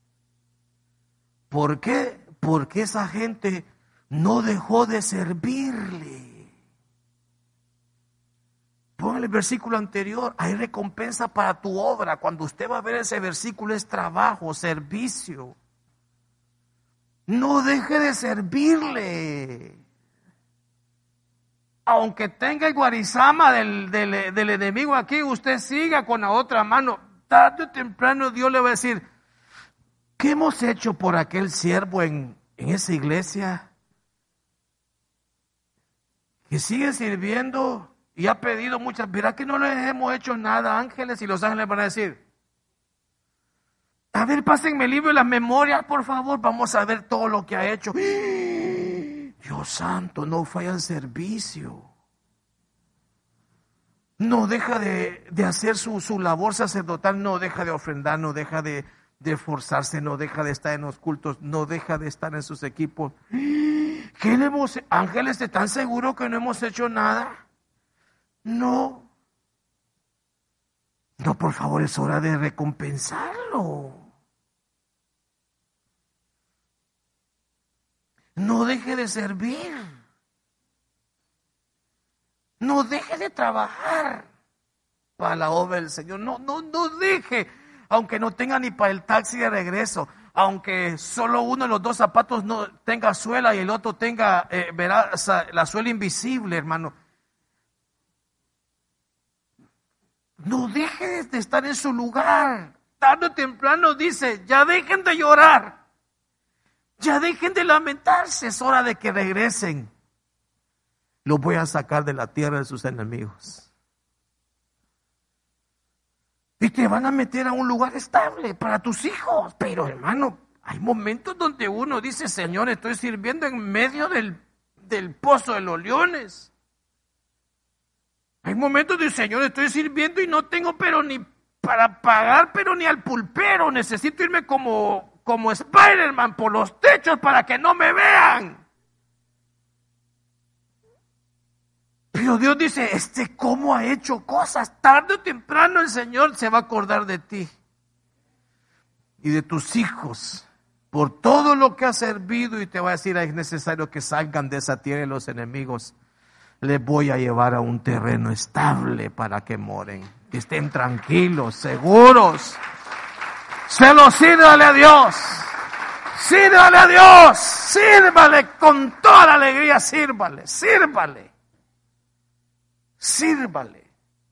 ¿Por qué? Porque esa gente no dejó de servirle. Pongan el versículo anterior, hay recompensa para tu obra. Cuando usted va a ver ese versículo es trabajo, servicio. No deje de servirle. Aunque tenga el guarizama del, del, del enemigo aquí, usted siga con la otra mano. Tarde o temprano Dios le va a decir, ¿qué hemos hecho por aquel siervo en, en esa iglesia? Que sigue sirviendo. Y ha pedido muchas, verá que no les hemos hecho nada, ángeles, y los ángeles van a decir, a ver, pásenme el libro de las memorias, por favor, vamos a ver todo lo que ha hecho. Dios santo, no falla el servicio. No deja de, de hacer su, su labor sacerdotal, no deja de ofrendar, no deja de, de esforzarse, no deja de estar en los cultos, no deja de estar en sus equipos. ¿Qué le hemos, ángeles, están seguros que no hemos hecho nada? No, no, por favor, es hora de recompensarlo. No deje de servir. No deje de trabajar para la obra del Señor. No, no, no deje, aunque no tenga ni para el taxi de regreso, aunque solo uno de los dos zapatos no tenga suela y el otro tenga eh, verá, la suela invisible, hermano. No dejes de estar en su lugar. Tarde o temprano dice, ya dejen de llorar. Ya dejen de lamentarse. Es hora de que regresen. Los voy a sacar de la tierra de sus enemigos. Y te van a meter a un lugar estable para tus hijos. Pero hermano, hay momentos donde uno dice, Señor, estoy sirviendo en medio del, del pozo de los leones. Hay momentos de, Señor, estoy sirviendo y no tengo pero ni para pagar, pero ni al pulpero. Necesito irme como, como Spider-Man por los techos para que no me vean. Pero Dios dice, este cómo ha hecho cosas. Tarde o temprano el Señor se va a acordar de ti y de tus hijos por todo lo que has servido y te va a decir, es necesario que salgan de esa tierra y los enemigos les voy a llevar a un terreno estable para que moren, que estén tranquilos, seguros. Se lo sírvale a Dios, sírvale a Dios, sírvale con toda la alegría, sírvale, sírvale. Sírvale.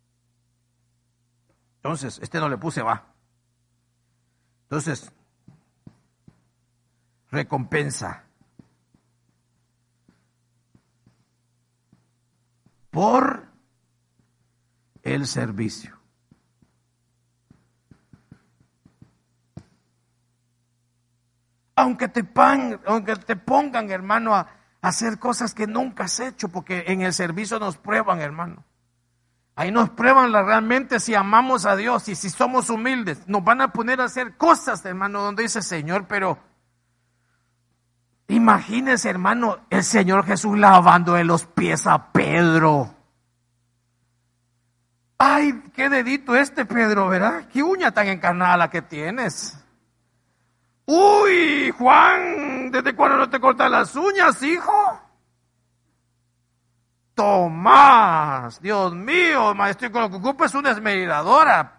Entonces, este no le puse va. Entonces, recompensa por el servicio. Aunque te, pan, aunque te pongan, hermano, a hacer cosas que nunca has hecho, porque en el servicio nos prueban, hermano. Ahí nos prueban la, realmente si amamos a Dios y si somos humildes. Nos van a poner a hacer cosas, hermano, donde dice, Señor, pero imagínese, hermano, el Señor Jesús lavándole los pies a Pedro. Ay, qué dedito este, Pedro, ¿verdad? Qué uña tan encarnada la que tienes. Uy, Juan, ¿desde cuándo no te cortas las uñas, hijo? Tomás, Dios mío, maestro, con lo que ocupa es una esmerilladora.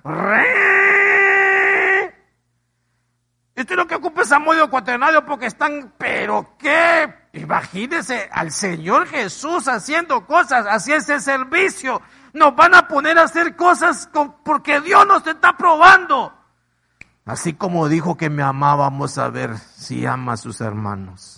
Esto es lo que ocupa es amodio cuaternario porque están, pero qué, imagínense al Señor Jesús haciendo cosas, así es el servicio. Nos van a poner a hacer cosas con, porque Dios nos está probando. Así como dijo que me amaba, vamos a ver si ama a sus hermanos.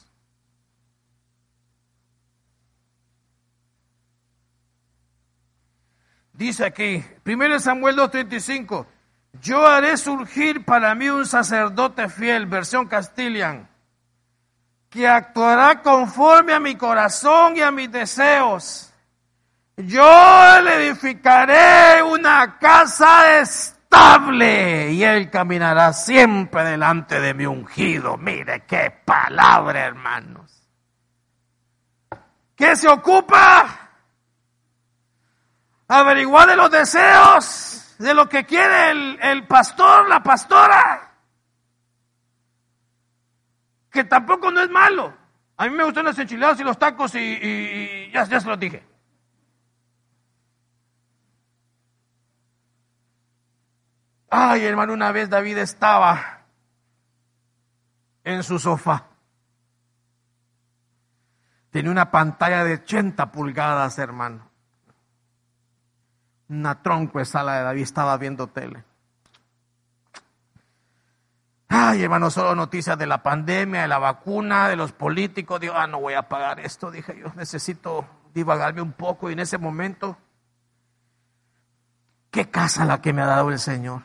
Dice aquí, primero Samuel dos treinta y cinco, yo haré surgir para mí un sacerdote fiel, versión Castilian, que actuará conforme a mi corazón y a mis deseos. Yo le edificaré una casa estable y él caminará siempre delante de mi ungido. Mire qué palabra, hermanos. ¿Qué se ocupa? Averiguar de los deseos, de lo que quiere el, el pastor, la pastora. Que tampoco no es malo. A mí me gustan las enchiladas y los tacos y, y, y ya, ya se los dije. Ay, hermano, una vez David estaba en su sofá. Tenía una pantalla de ochenta pulgadas, hermano. Una tronco de sala de David, estaba viendo tele. Ay, hermano, solo noticias de la pandemia, de la vacuna, de los políticos. Digo, ah, no voy a pagar esto. Dije yo, necesito divagarme un poco. Y en ese momento, qué casa la que me ha dado el Señor.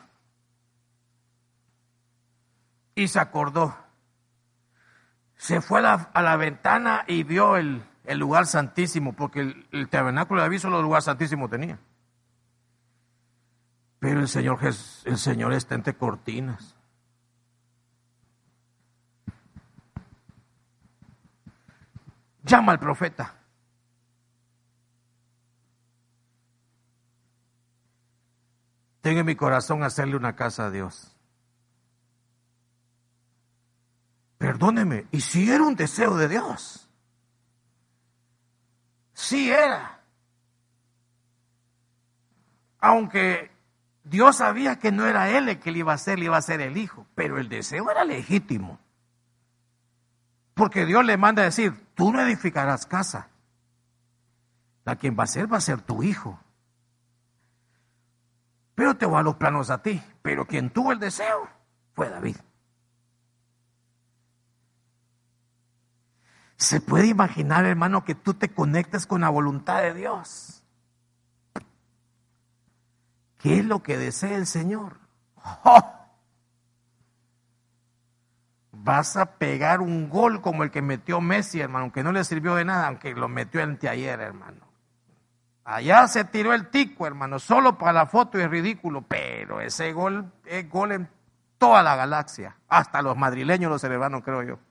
Y se acordó. Se fue a la, a la ventana y vio el, el lugar santísimo, porque el, el tabernáculo de David solo el lugar santísimo tenía. Pero el Señor, el Señor está entre cortinas. Llama al profeta. Tengo en mi corazón hacerle una casa a Dios. Perdóneme, ¿y si era un deseo de Dios? Sí era. Aunque Dios sabía que no era él el que le iba a hacer, le iba a ser el hijo, pero el deseo era legítimo. Porque Dios le manda a decir, tú no edificarás casa. La quien va a ser va a ser tu hijo. Pero te voy a dar los planos a ti. Pero quien tuvo el deseo fue David. ¿Se puede imaginar, hermano, que tú te conectes con la voluntad de Dios? ¿Qué es lo que desea el Señor? ¡Oh! Vas a pegar un gol como el que metió Messi, hermano, aunque no le sirvió de nada, aunque lo metió anteayer, hermano. Allá se tiró el tico, hermano, solo para la foto y es ridículo, pero ese gol es gol en toda la galaxia. Hasta los madrileños lo celebraron, creo yo.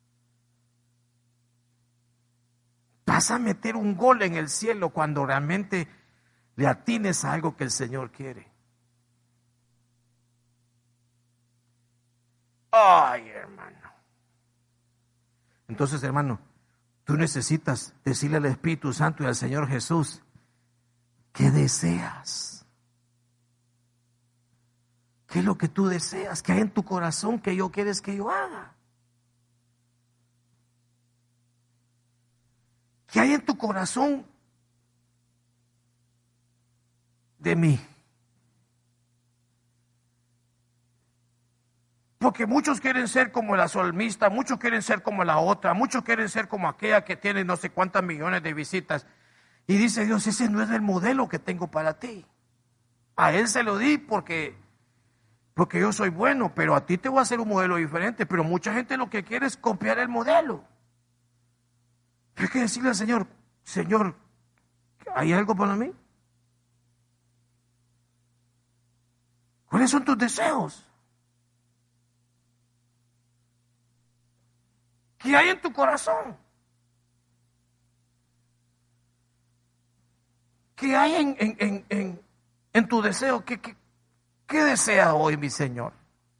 Vas a meter un gol en el cielo cuando realmente le atines a algo que el Señor quiere. Ay, hermano. Entonces, hermano, tú necesitas decirle al Espíritu Santo y al Señor Jesús, ¿qué deseas? ¿Qué es lo que tú deseas? ¿Qué hay en tu corazón que yo quieres que yo haga? ¿Qué hay en tu corazón de mí? Porque muchos quieren ser como la salmista, muchos quieren ser como la otra, muchos quieren ser como aquella que tiene no sé cuántas millones de visitas. Y dice Dios, ese no es el modelo que tengo para ti. A él se lo di porque, porque yo soy bueno, pero a ti te voy a hacer un modelo diferente. Pero mucha gente lo que quiere es copiar el modelo. Hay que decirle al Señor, Señor, ¿hay algo para mí? ¿Cuáles son tus deseos? ¿Qué hay en tu corazón? ¿Qué hay en, en, en, en, en tu deseo? ¿Qué, qué, qué desea hoy, mi Señor?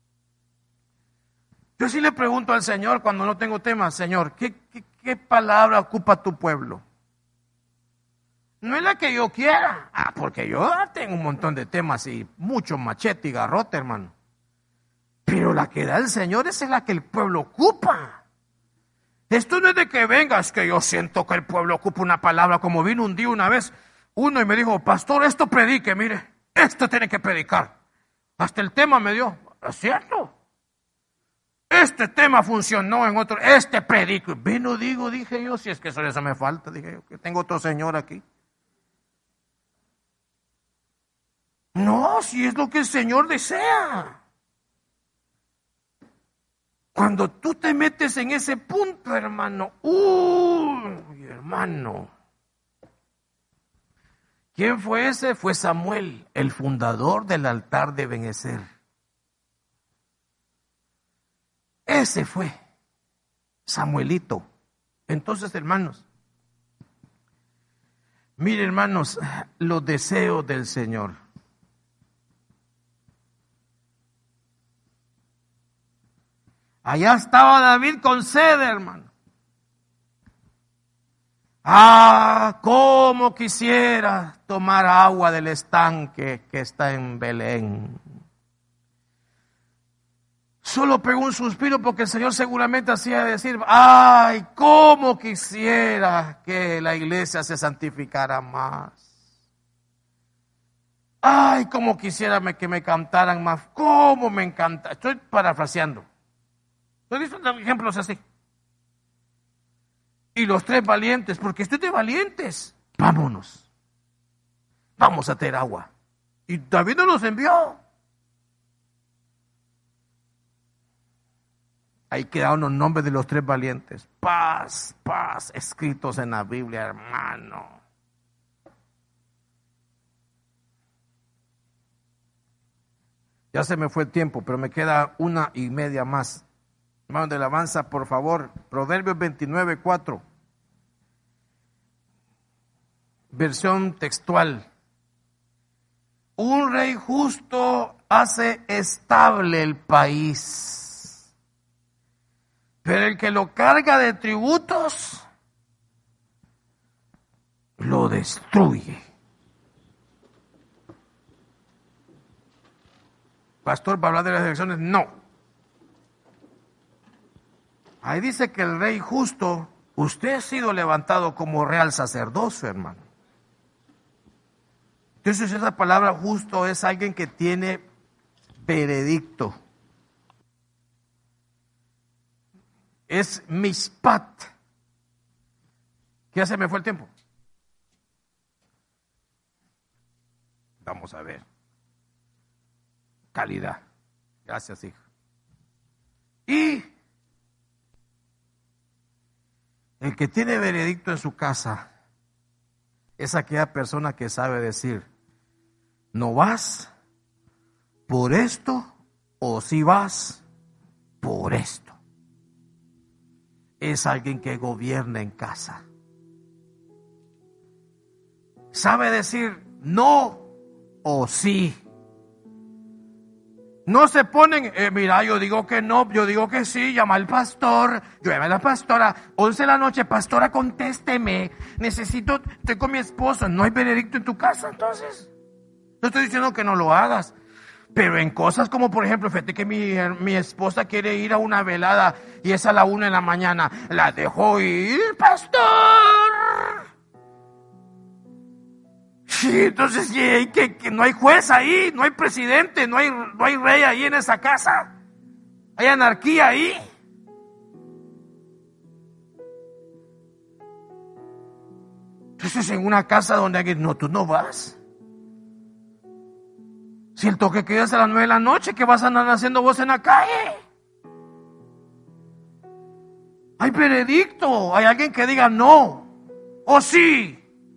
Yo sí le pregunto al Señor cuando no tengo tema, Señor, ¿qué, qué, qué palabra ocupa tu pueblo? No es la que yo quiera. Ah, porque yo tengo un montón de temas y mucho machete y garrote, hermano. Pero la que da el Señor esa es la que el pueblo ocupa. Esto no es de que venga, es que yo siento que el pueblo ocupa una palabra, como vino un día una vez uno y me dijo, pastor, esto predique, mire, esto tiene que predicar. Hasta el tema me dio, ¿es cierto? Este tema funcionó en otro, este predico. Vino, digo, dije yo, si es que eso, eso me falta, dije yo, que tengo otro señor aquí. No, si es lo que el Señor desea. Cuando tú te metes en ese punto, hermano, uy, hermano. ¿Quién fue ese? Fue Samuel, el fundador del altar de Benecer. Ese fue Samuelito. Entonces, hermanos, miren, hermanos, los deseos del Señor. Allá estaba David con sed, hermano. Ah, cómo quisiera tomar agua del estanque que está en Belén. Solo pegó un suspiro porque el Señor seguramente hacía decir, ay, cómo quisiera que la iglesia se santificara más. Ay, cómo quisiera que me cantaran más. Cómo me encanta. Estoy parafraseando. Estoy diciendo ejemplos así. Y los tres valientes, porque estoy de valientes. Vámonos. Vamos a tener agua. Y David nos los envió. Ahí quedaron los nombres de los tres valientes. Paz, paz, escritos en la Biblia, hermano. Ya se me fue el tiempo, pero me queda una y media más. Hermano de alabanza, por favor, Proverbios veintinueve, cuatro. Versión textual. Un rey justo hace estable el país, pero el que lo carga de tributos lo destruye. pastor va a hablar de las elecciones. No. Ahí dice que el rey justo, usted ha sido levantado como real sacerdocio, hermano. Entonces esa palabra justo es alguien que tiene veredicto. Es mishpat. ¿Qué hace? Me fue el tiempo. Vamos a ver. Calidad. Gracias, hijo. Y el que tiene veredicto en su casa es aquella persona que sabe decir, no vas por esto o si vas por esto. Es alguien que gobierna en casa. Sabe decir no o sí. No se ponen, eh, mira, yo digo que no, yo digo que sí, llama al pastor, yo llamo a la pastora, once de la noche, pastora, contésteme, necesito, estoy con mi esposo, no hay veredicto en tu casa, entonces. No estoy diciendo que no lo hagas, pero en cosas como, por ejemplo, fíjate que mi, mi esposa quiere ir a una velada y es a la una de la mañana, la dejó ir, pastor. Sí, entonces sí, que, que no hay juez ahí, no hay presidente, no hay, no hay rey ahí en esa casa. Hay anarquía ahí. Entonces en una casa donde alguien, no, tú no vas. Si el toque queda a las nueve de la noche, ¿qué vas a andar haciendo vos en la calle? Hay veredicto, hay alguien que diga no o sí.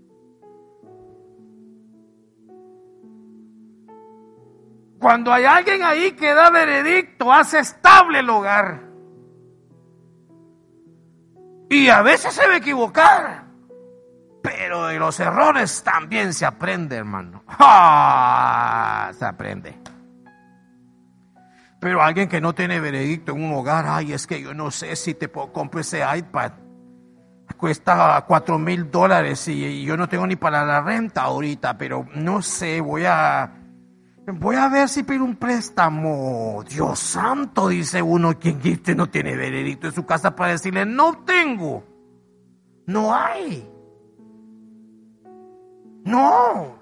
Cuando hay alguien ahí que da veredicto, hace estable el hogar. Y a veces se va a equivocar, pero de los errores también se aprende, hermano. ¡Ah! Se aprende. Pero alguien que no tiene veredicto en un hogar, ay, es que yo no sé si te puedo comprar ese iPad. Cuesta cuatro mil dólares y yo no tengo ni para la renta ahorita, pero no sé, voy a... Voy a ver si pido un préstamo. Dios santo, dice uno, quien este no tiene veredicto en su casa para decirle, no tengo. No hay. No.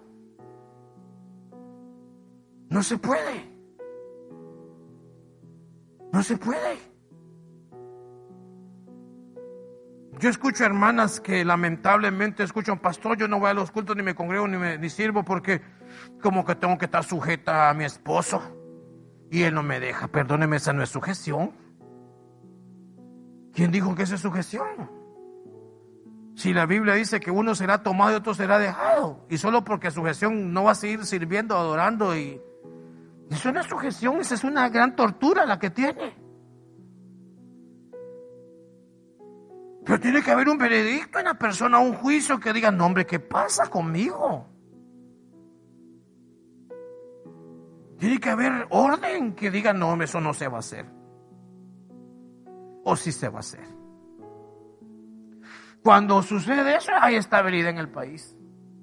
No se puede. No se puede. Yo escucho hermanas que lamentablemente escuchan, pastor, yo no voy a los cultos, ni me congrego, ni me ni sirvo porque como que tengo que estar sujeta a mi esposo y él no me deja. Perdóneme, esa no es sujeción. ¿Quién dijo que esa es sujeción? Si la Biblia dice que uno será tomado y otro será dejado, y solo porque sujeción no va a seguir sirviendo, adorando, y eso no es sujeción, esa es una gran tortura la que tiene. Pero tiene que haber un veredicto en la persona, un juicio que diga, no hombre, ¿qué pasa conmigo? Tiene que haber orden que diga, no, eso no se va a hacer. O sí se va a hacer. Cuando sucede eso, hay estabilidad en el país.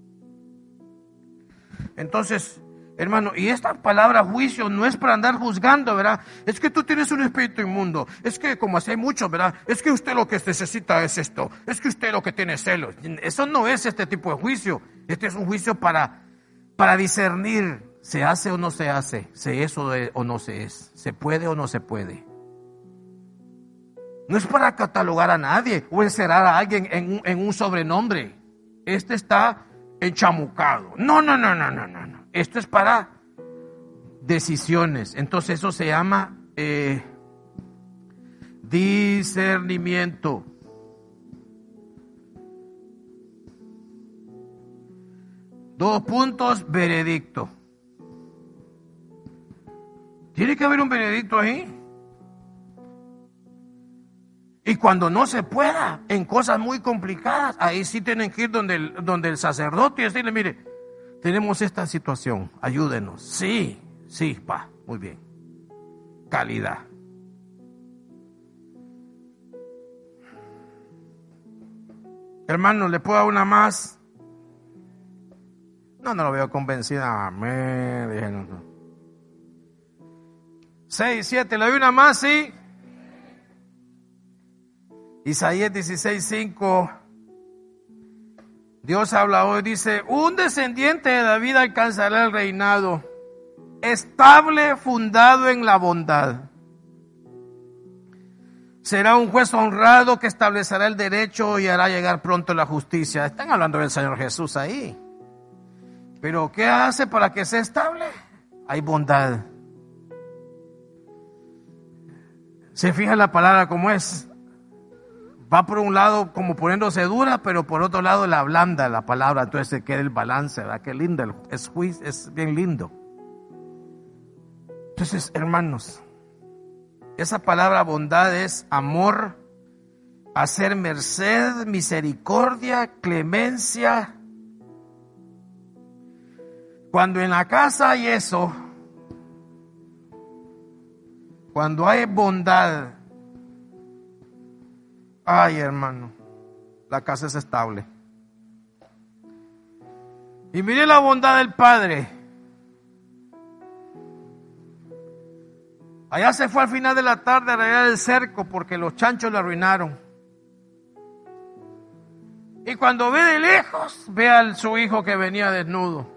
Entonces, hermano, y esta palabra juicio no es para andar juzgando, ¿verdad? Es que tú tienes un espíritu inmundo. Es que como así hay muchos, ¿verdad? Es que usted lo que necesita es esto. Es que usted lo que tiene es celos. Eso no es este tipo de juicio. Este es un juicio para, para discernir. ¿Se hace o no se hace? ¿Se es o no se es? ¿Se puede o no se puede? No es para catalogar a nadie o encerrar a alguien en un, en un sobrenombre. Este está enchamucado. No, no, no, no, no, no, no. Esto es para decisiones. Entonces eso se llama eh, discernimiento. Dos puntos, veredicto. Tiene que haber un veredicto ahí. Y cuando no se pueda, en cosas muy complicadas, ahí sí tienen que ir donde el, donde el sacerdote y decirle, mire, tenemos esta situación, ayúdenos. Sí, sí, pa, muy bien. Calidad. Hermano, ¿le puedo dar una más? No, no lo veo convencida. Amén. Dije, no, no. seis, siete, le doy una más, ¿sí? Isaías dieciséis, cinco. Dios habla hoy, dice, un descendiente de David alcanzará el reinado, estable, fundado en la bondad. Será un juez honrado que establecerá el derecho y hará llegar pronto la justicia. Están hablando del Señor Jesús ahí. Pero ¿qué hace para que sea estable? Hay bondad. Se fija la palabra como es. Va por un lado como poniéndose dura, pero por otro lado la blanda la palabra. Entonces se queda el balance, ¿verdad? Qué lindo. Es, es bien lindo. Entonces, hermanos, esa palabra bondad es amor, hacer merced, misericordia, clemencia. Cuando en la casa hay eso, cuando hay bondad, ay, hermano, la casa es estable. Y mire la bondad del Padre. Allá se fue al final de la tarde a arreglar el cerco porque los chanchos lo arruinaron. Y cuando ve de lejos, ve a su hijo que venía desnudo.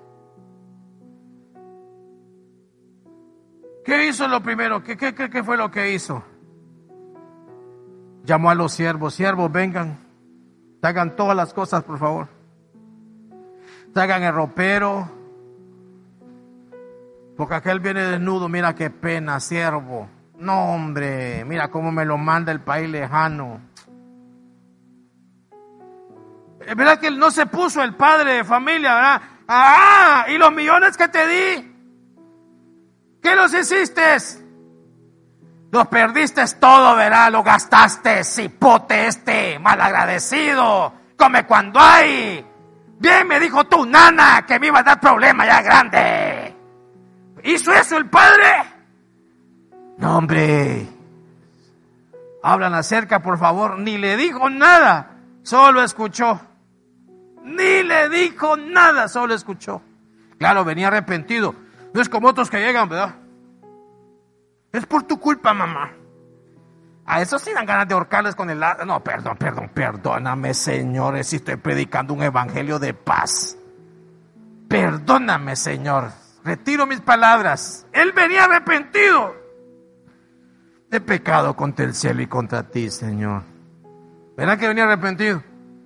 ¿Qué hizo lo primero? ¿Qué, qué, qué, qué fue lo que hizo? Llamó a los siervos. Siervos, vengan. Traigan todas las cosas, por favor. Traigan el ropero. Porque aquel viene desnudo, mira qué pena, siervo. No, hombre, mira cómo me lo manda el país lejano. Es verdad que él no se puso el padre de familia, ¿verdad? ¡Ah! ¿Y los millones que te di? ¿Qué los hiciste? Los perdiste todo, ¿verdad? Lo gastaste, cipote este, malagradecido. Come cuando hay. Bien me dijo tu nana que me iba a dar problema ya grande. ¿Hizo eso el padre? No, hombre. Hablan acerca, por favor. Ni le dijo nada, solo escuchó. Ni le dijo nada, solo escuchó. Claro, venía arrepentido. No es como otros que llegan, ¿verdad? Es por tu culpa, mamá. A esos sí dan ganas de ahorcarles con el... No, perdón, perdón, perdóname, señores, si estoy predicando un evangelio de paz. Perdóname, Señor. Retiro mis palabras. Él venía arrepentido. He pecado contra el cielo y contra ti, Señor. ¿Verdad que venía arrepentido?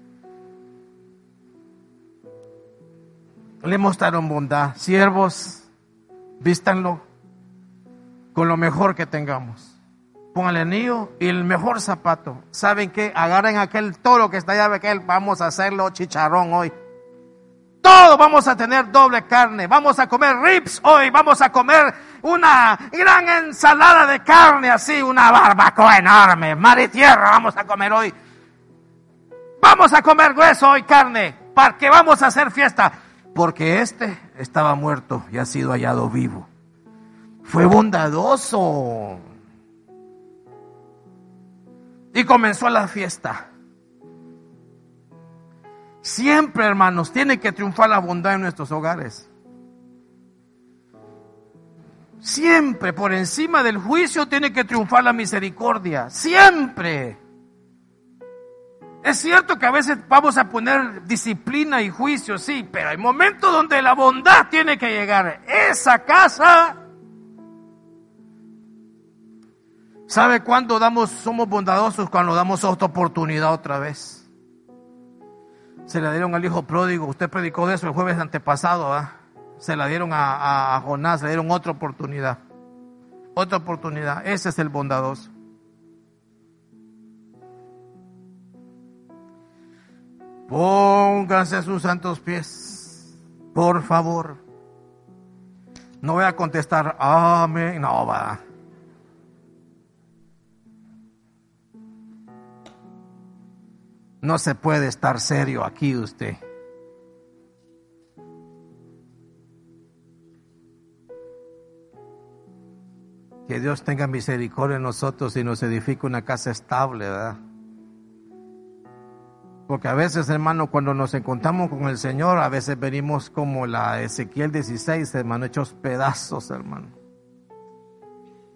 Le mostraron bondad. Siervos, vístanlo con lo mejor que tengamos. Pónganle anillo y el mejor zapato. ¿Saben qué? Agarren aquel toro que está allá, aquel, vamos a hacerlo chicharrón hoy. Todo vamos a tener doble carne. Vamos a comer ribs hoy. Vamos a comer una gran ensalada de carne así, una barbacoa enorme. Mar y tierra vamos a comer hoy. Vamos a comer hueso hoy, carne, porque vamos a hacer fiesta. Porque este estaba muerto y ha sido hallado vivo. Fue bondadoso. Y comenzó la fiesta. Siempre, hermanos, tiene que triunfar la bondad en nuestros hogares. Siempre, por encima del juicio, tiene que triunfar la misericordia. Siempre. Es cierto que a veces vamos a poner disciplina y juicio, sí, pero hay momentos donde la bondad tiene que llegar. Esa casa, ¿sabe cuándo damos, somos bondadosos? Cuando damos otra oportunidad otra vez. Se la dieron al hijo pródigo. Usted predicó de eso el jueves antepasado, ¿verdad? Se la dieron a, a, a Jonás, le dieron otra oportunidad. Otra oportunidad. Ese es el bondadoso. Pónganse a sus santos pies, por favor. No voy a contestar amén. No, va. No se puede estar serio aquí usted. Que Dios tenga misericordia en nosotros y nos edifique una casa estable, ¿verdad? Porque a veces, hermano, cuando nos encontramos con el Señor, a veces venimos como la Ezequiel dieciséis, hermano, hechos pedazos, hermano.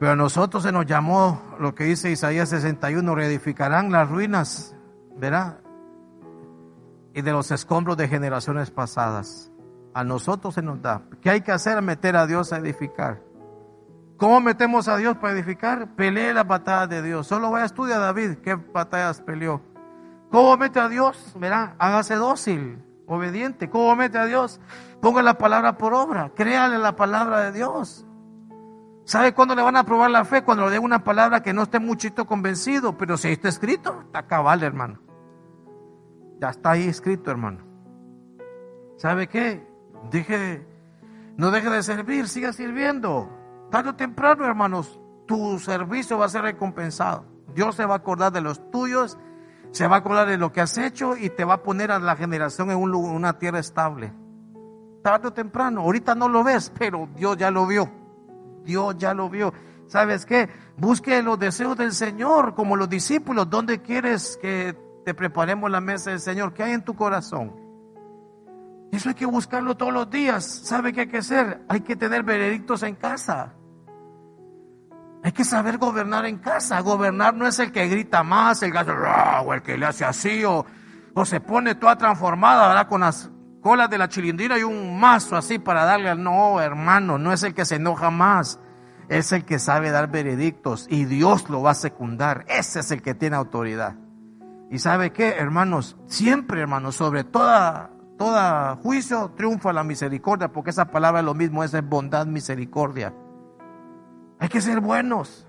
Pero a nosotros se nos llamó lo que dice Isaías sesenta y uno, reedificarán las ruinas, ¿verdad? Y de los escombros de generaciones pasadas. A nosotros se nos da. ¿Qué hay que hacer? Meter a Dios a edificar. ¿Cómo metemos a Dios para edificar? Pelee las batallas de Dios. Solo vaya a estudiar a David qué batallas peleó. ¿Cómo mete a Dios? Verá, hágase dócil, obediente. ¿Cómo mete a Dios? Ponga la palabra por obra. Créale la palabra de Dios. ¿Sabe cuándo le van a probar la fe? Cuando le den una palabra que no esté muchito convencido. Pero si está escrito, está cabal, hermano. Ya está ahí escrito, hermano. ¿Sabe qué? Deje, no deje de servir, siga sirviendo. Tarde o temprano, hermanos, tu servicio va a ser recompensado. Dios se va a acordar de los tuyos, se va a acordar de lo que has hecho y te va a poner a la generación en un lugar, una tierra estable. Tarde o temprano, ahorita no lo ves, pero Dios ya lo vio. Dios ya lo vio. ¿Sabes qué? Busque los deseos del Señor como los discípulos. ¿Dónde quieres que te preparemos la mesa del Señor? ¿Qué hay en tu corazón? Eso hay que buscarlo todos los días. ¿Sabe qué hay que hacer? Hay que tener veredictos en casa. Hay que saber gobernar en casa. Gobernar no es el que grita más, el que hace, o el que le hace así, o, o se pone toda transformada, ¿verdad? Con las colas de la chilindrina y un mazo así para darle al... No, hermano, no es el que se enoja más. Es el que sabe dar veredictos y Dios lo va a secundar. Ese es el que tiene autoridad. ¿Y sabe qué, hermanos? Siempre, hermanos, sobre toda, toda juicio triunfa la misericordia, porque esa palabra es lo mismo, es bondad, misericordia. Hay que ser buenos.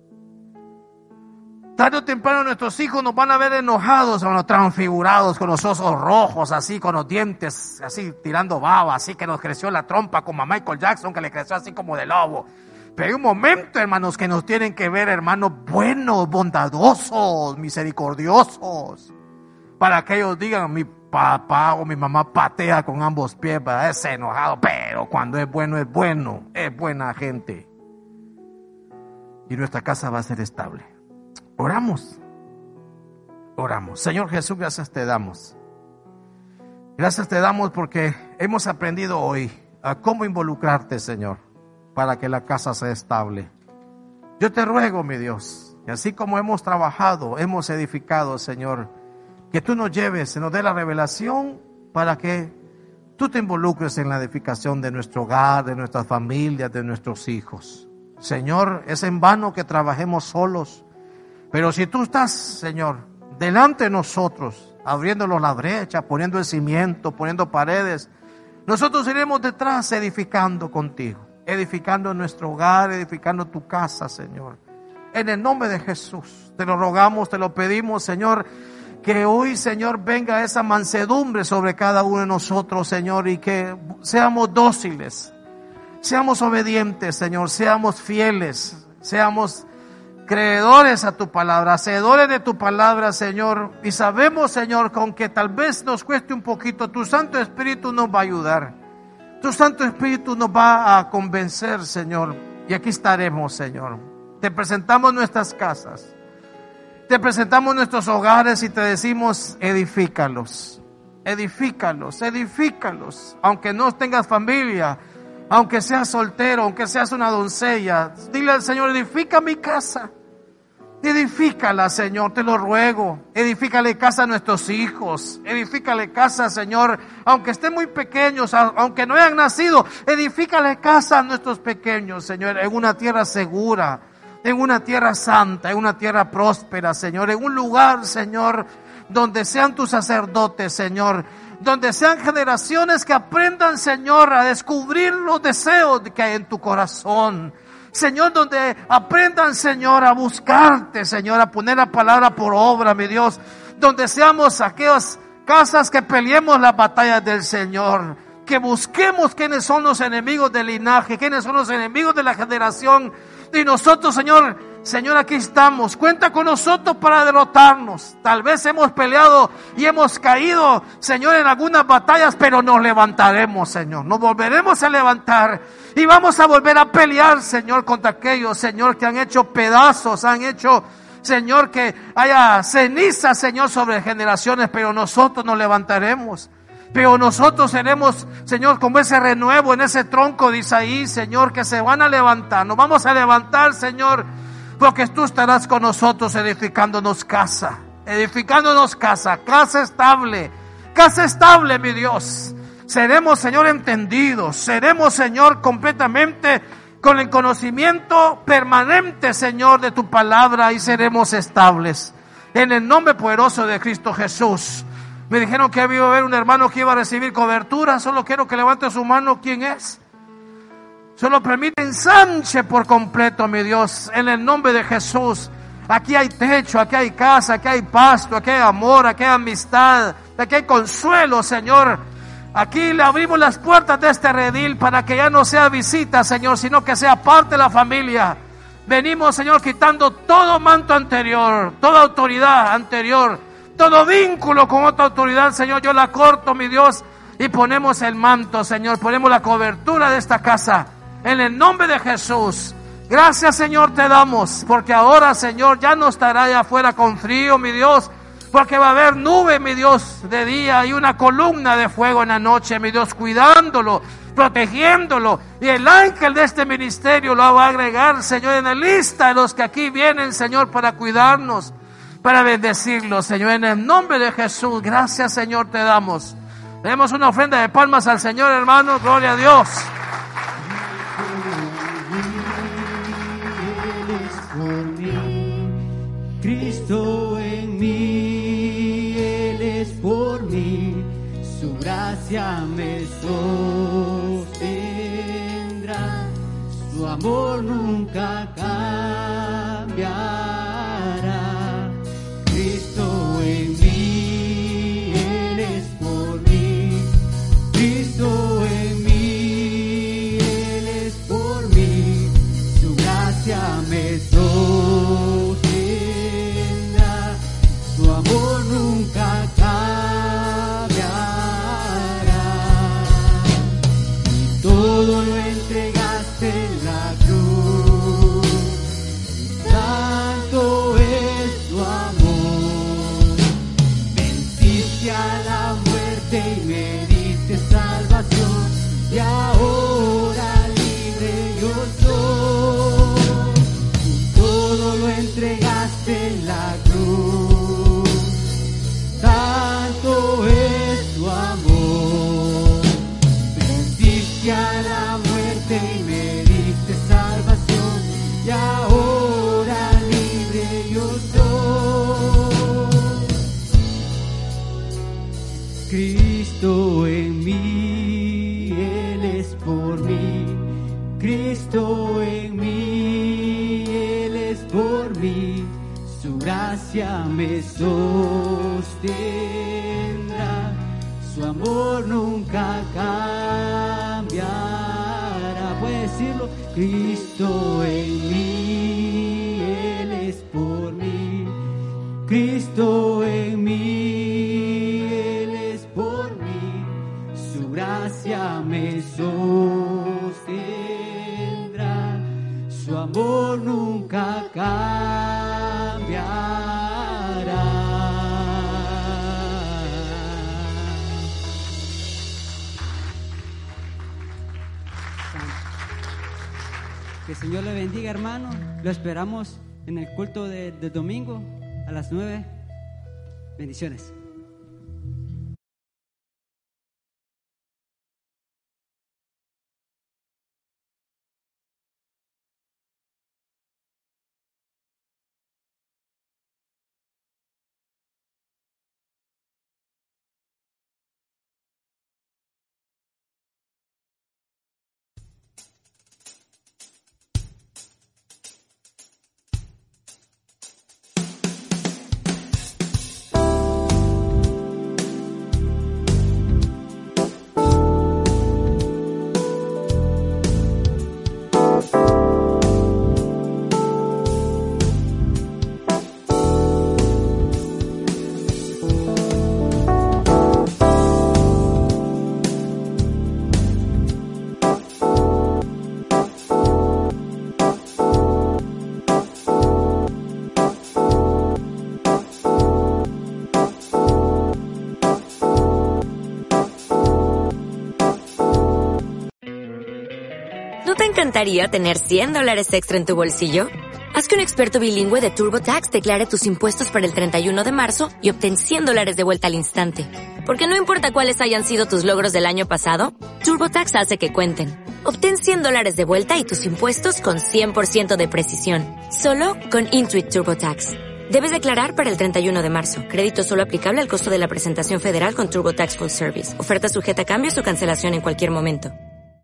Tarde o temprano nuestros hijos nos van a ver enojados, hermanos, transfigurados, con los ojos rojos, así, con los dientes, así, tirando baba, así que nos creció la trompa como a Michael Jackson, que le creció así como de lobo. Pero hay un momento, hermanos, que nos tienen que ver, hermanos, buenos, bondadosos, misericordiosos, para que ellos digan, mi papá o mi mamá patea con ambos pies, ¿verdad? Es enojado, pero cuando es bueno, es bueno, es buena gente. Y nuestra casa va a ser estable. Oramos, oramos. Señor Jesús, gracias te damos. Gracias te damos porque hemos aprendido hoy a cómo involucrarte, Señor, para que la casa sea estable. Yo te ruego, mi Dios, que así como hemos trabajado, hemos edificado, Señor, que tú nos lleves, nos dé la revelación para que tú te involucres en la edificación de nuestro hogar, de nuestras familias, de nuestros hijos. Señor, es en vano que trabajemos solos, pero si tú estás, Señor, delante de nosotros, abriéndonos la brecha, poniendo el cimiento, poniendo paredes, nosotros iremos detrás edificando contigo, edificando nuestro hogar, edificando tu casa, Señor. En el nombre de Jesús, te lo rogamos, te lo pedimos, Señor, que hoy, Señor, venga esa mansedumbre sobre cada uno de nosotros, Señor, y que seamos dóciles. Seamos obedientes, Señor, seamos fieles, seamos creedores a tu palabra, hacedores de tu palabra, Señor. Y sabemos, Señor, que aunque tal vez nos cueste un poquito, tu Santo Espíritu nos va a ayudar. Tu Santo Espíritu nos va a convencer, Señor. Y aquí estaremos, Señor. Te presentamos nuestras casas. Te presentamos nuestros hogares y te decimos, edifícalos. Edifícalos, edifícalos. Aunque no tengas familia, aunque seas soltero, aunque seas una doncella, dile al Señor, edifica mi casa. Edifícala, Señor, te lo ruego. Edifícale casa a nuestros hijos. Edifícale casa, Señor, aunque estén muy pequeños, aunque no hayan nacido. Edifícale casa a nuestros pequeños, Señor, en una tierra segura, en una tierra santa, en una tierra próspera, Señor, en un lugar, Señor, donde sean tus sacerdotes, Señor, donde sean generaciones que aprendan, Señor, a descubrir los deseos que hay en tu corazón. Señor, donde aprendan, Señor, a buscarte, Señor, a poner la palabra por obra, mi Dios. Donde seamos aquellas casas que peleemos las batallas del Señor. Que busquemos quiénes son los enemigos del linaje, quiénes son los enemigos de la generación. Y nosotros, Señor, Señor, aquí estamos. Cuenta con nosotros para derrotarnos. Tal vez hemos peleado y hemos caído, Señor, en algunas batallas, pero nos levantaremos, Señor. Nos volveremos a levantar y vamos a volver a pelear, Señor, contra aquellos, Señor, que han hecho pedazos, han hecho, Señor, que haya ceniza, Señor, sobre generaciones, pero nosotros nos levantaremos. Pero nosotros seremos, Señor, como ese renuevo en ese tronco de Isaí, Señor, que se van a levantar. Nos vamos a levantar, Señor, porque tú estarás con nosotros edificándonos casa. Edificándonos casa, casa estable. Casa estable, mi Dios. Seremos, Señor, entendidos. Seremos, Señor, completamente con el conocimiento permanente, Señor, de tu palabra, y seremos estables. En el nombre poderoso de Cristo Jesús. Me dijeron que había haber un hermano que iba a recibir cobertura. Solo quiero que levante su mano. ¿Quién es? Solo permite ensanche por completo, mi Dios, en el nombre de Jesús. Aquí hay techo, aquí hay casa, aquí hay pasto, aquí hay amor, aquí hay amistad, aquí hay consuelo, Señor. Aquí le abrimos las puertas de este redil para que ya no sea visita, Señor, sino que sea parte de la familia. Venimos, Señor, quitando todo manto anterior, toda autoridad anterior, todo vínculo con otra autoridad, Señor. Yo la corto, mi Dios, y ponemos el manto, Señor. Ponemos la cobertura de esta casa en el nombre de Jesús. Gracias, Señor, te damos, porque ahora, Señor, ya no estará allá afuera con frío, mi Dios, porque va a haber nube, mi Dios, de día y una columna de fuego en la noche, mi Dios, cuidándolo, protegiéndolo. Y el ángel de este ministerio lo va a agregar, Señor, en la lista de los que aquí vienen, Señor, para cuidarnos, para bendecirlo, Señor, en el nombre de Jesús. Gracias, Señor, te damos. Demos una ofrenda de palmas al Señor, hermano. Gloria a Dios. Cristo en mí, Él es por mí, su gracia me sostendrá, su amor nunca cambiará. Cristo en mí, Él es por mí, Cristo en mí, Él es por mí, su gracia me sostendrá. Su amor nunca cambiará. Y todo lo entregaste en la cruz. Tanto es tu amor. Venciste a la muerte y me diste salvación. Y ahora libre yo soy. Y todo lo entregaste en la cruz. Tanto es tu amor, venciste a la muerte y me diste salvación, y ahora libre yo soy. Cristo en mí, Él es por mí, Cristo en mí, Él es por mí. Su gracia me sostendrá, su amor nunca cambiará. Puede decirlo, Cristo en mí, Él es por mí, Cristo en mí, Él es por mí, su gracia me sostendrá, su amor nunca cambiará. Que el Señor le bendiga, hermano. Lo esperamos en el culto de, de domingo a las nueve. Bendiciones. ¿No te encantaría tener cien dólares extra en tu bolsillo? Haz que un experto bilingüe de TurboTax declare tus impuestos para el treinta y uno de marzo y obtén cien dólares de vuelta al instante. Porque no importa cuáles hayan sido tus logros del año pasado, TurboTax hace que cuenten. Obtén cien dólares de vuelta y tus impuestos con cien por ciento de precisión. Solo con Intuit TurboTax. Debes declarar para el treinta y uno de marzo. Crédito solo aplicable al costo de la presentación federal con TurboTax Full Service. Oferta sujeta a cambios o cancelación en cualquier momento.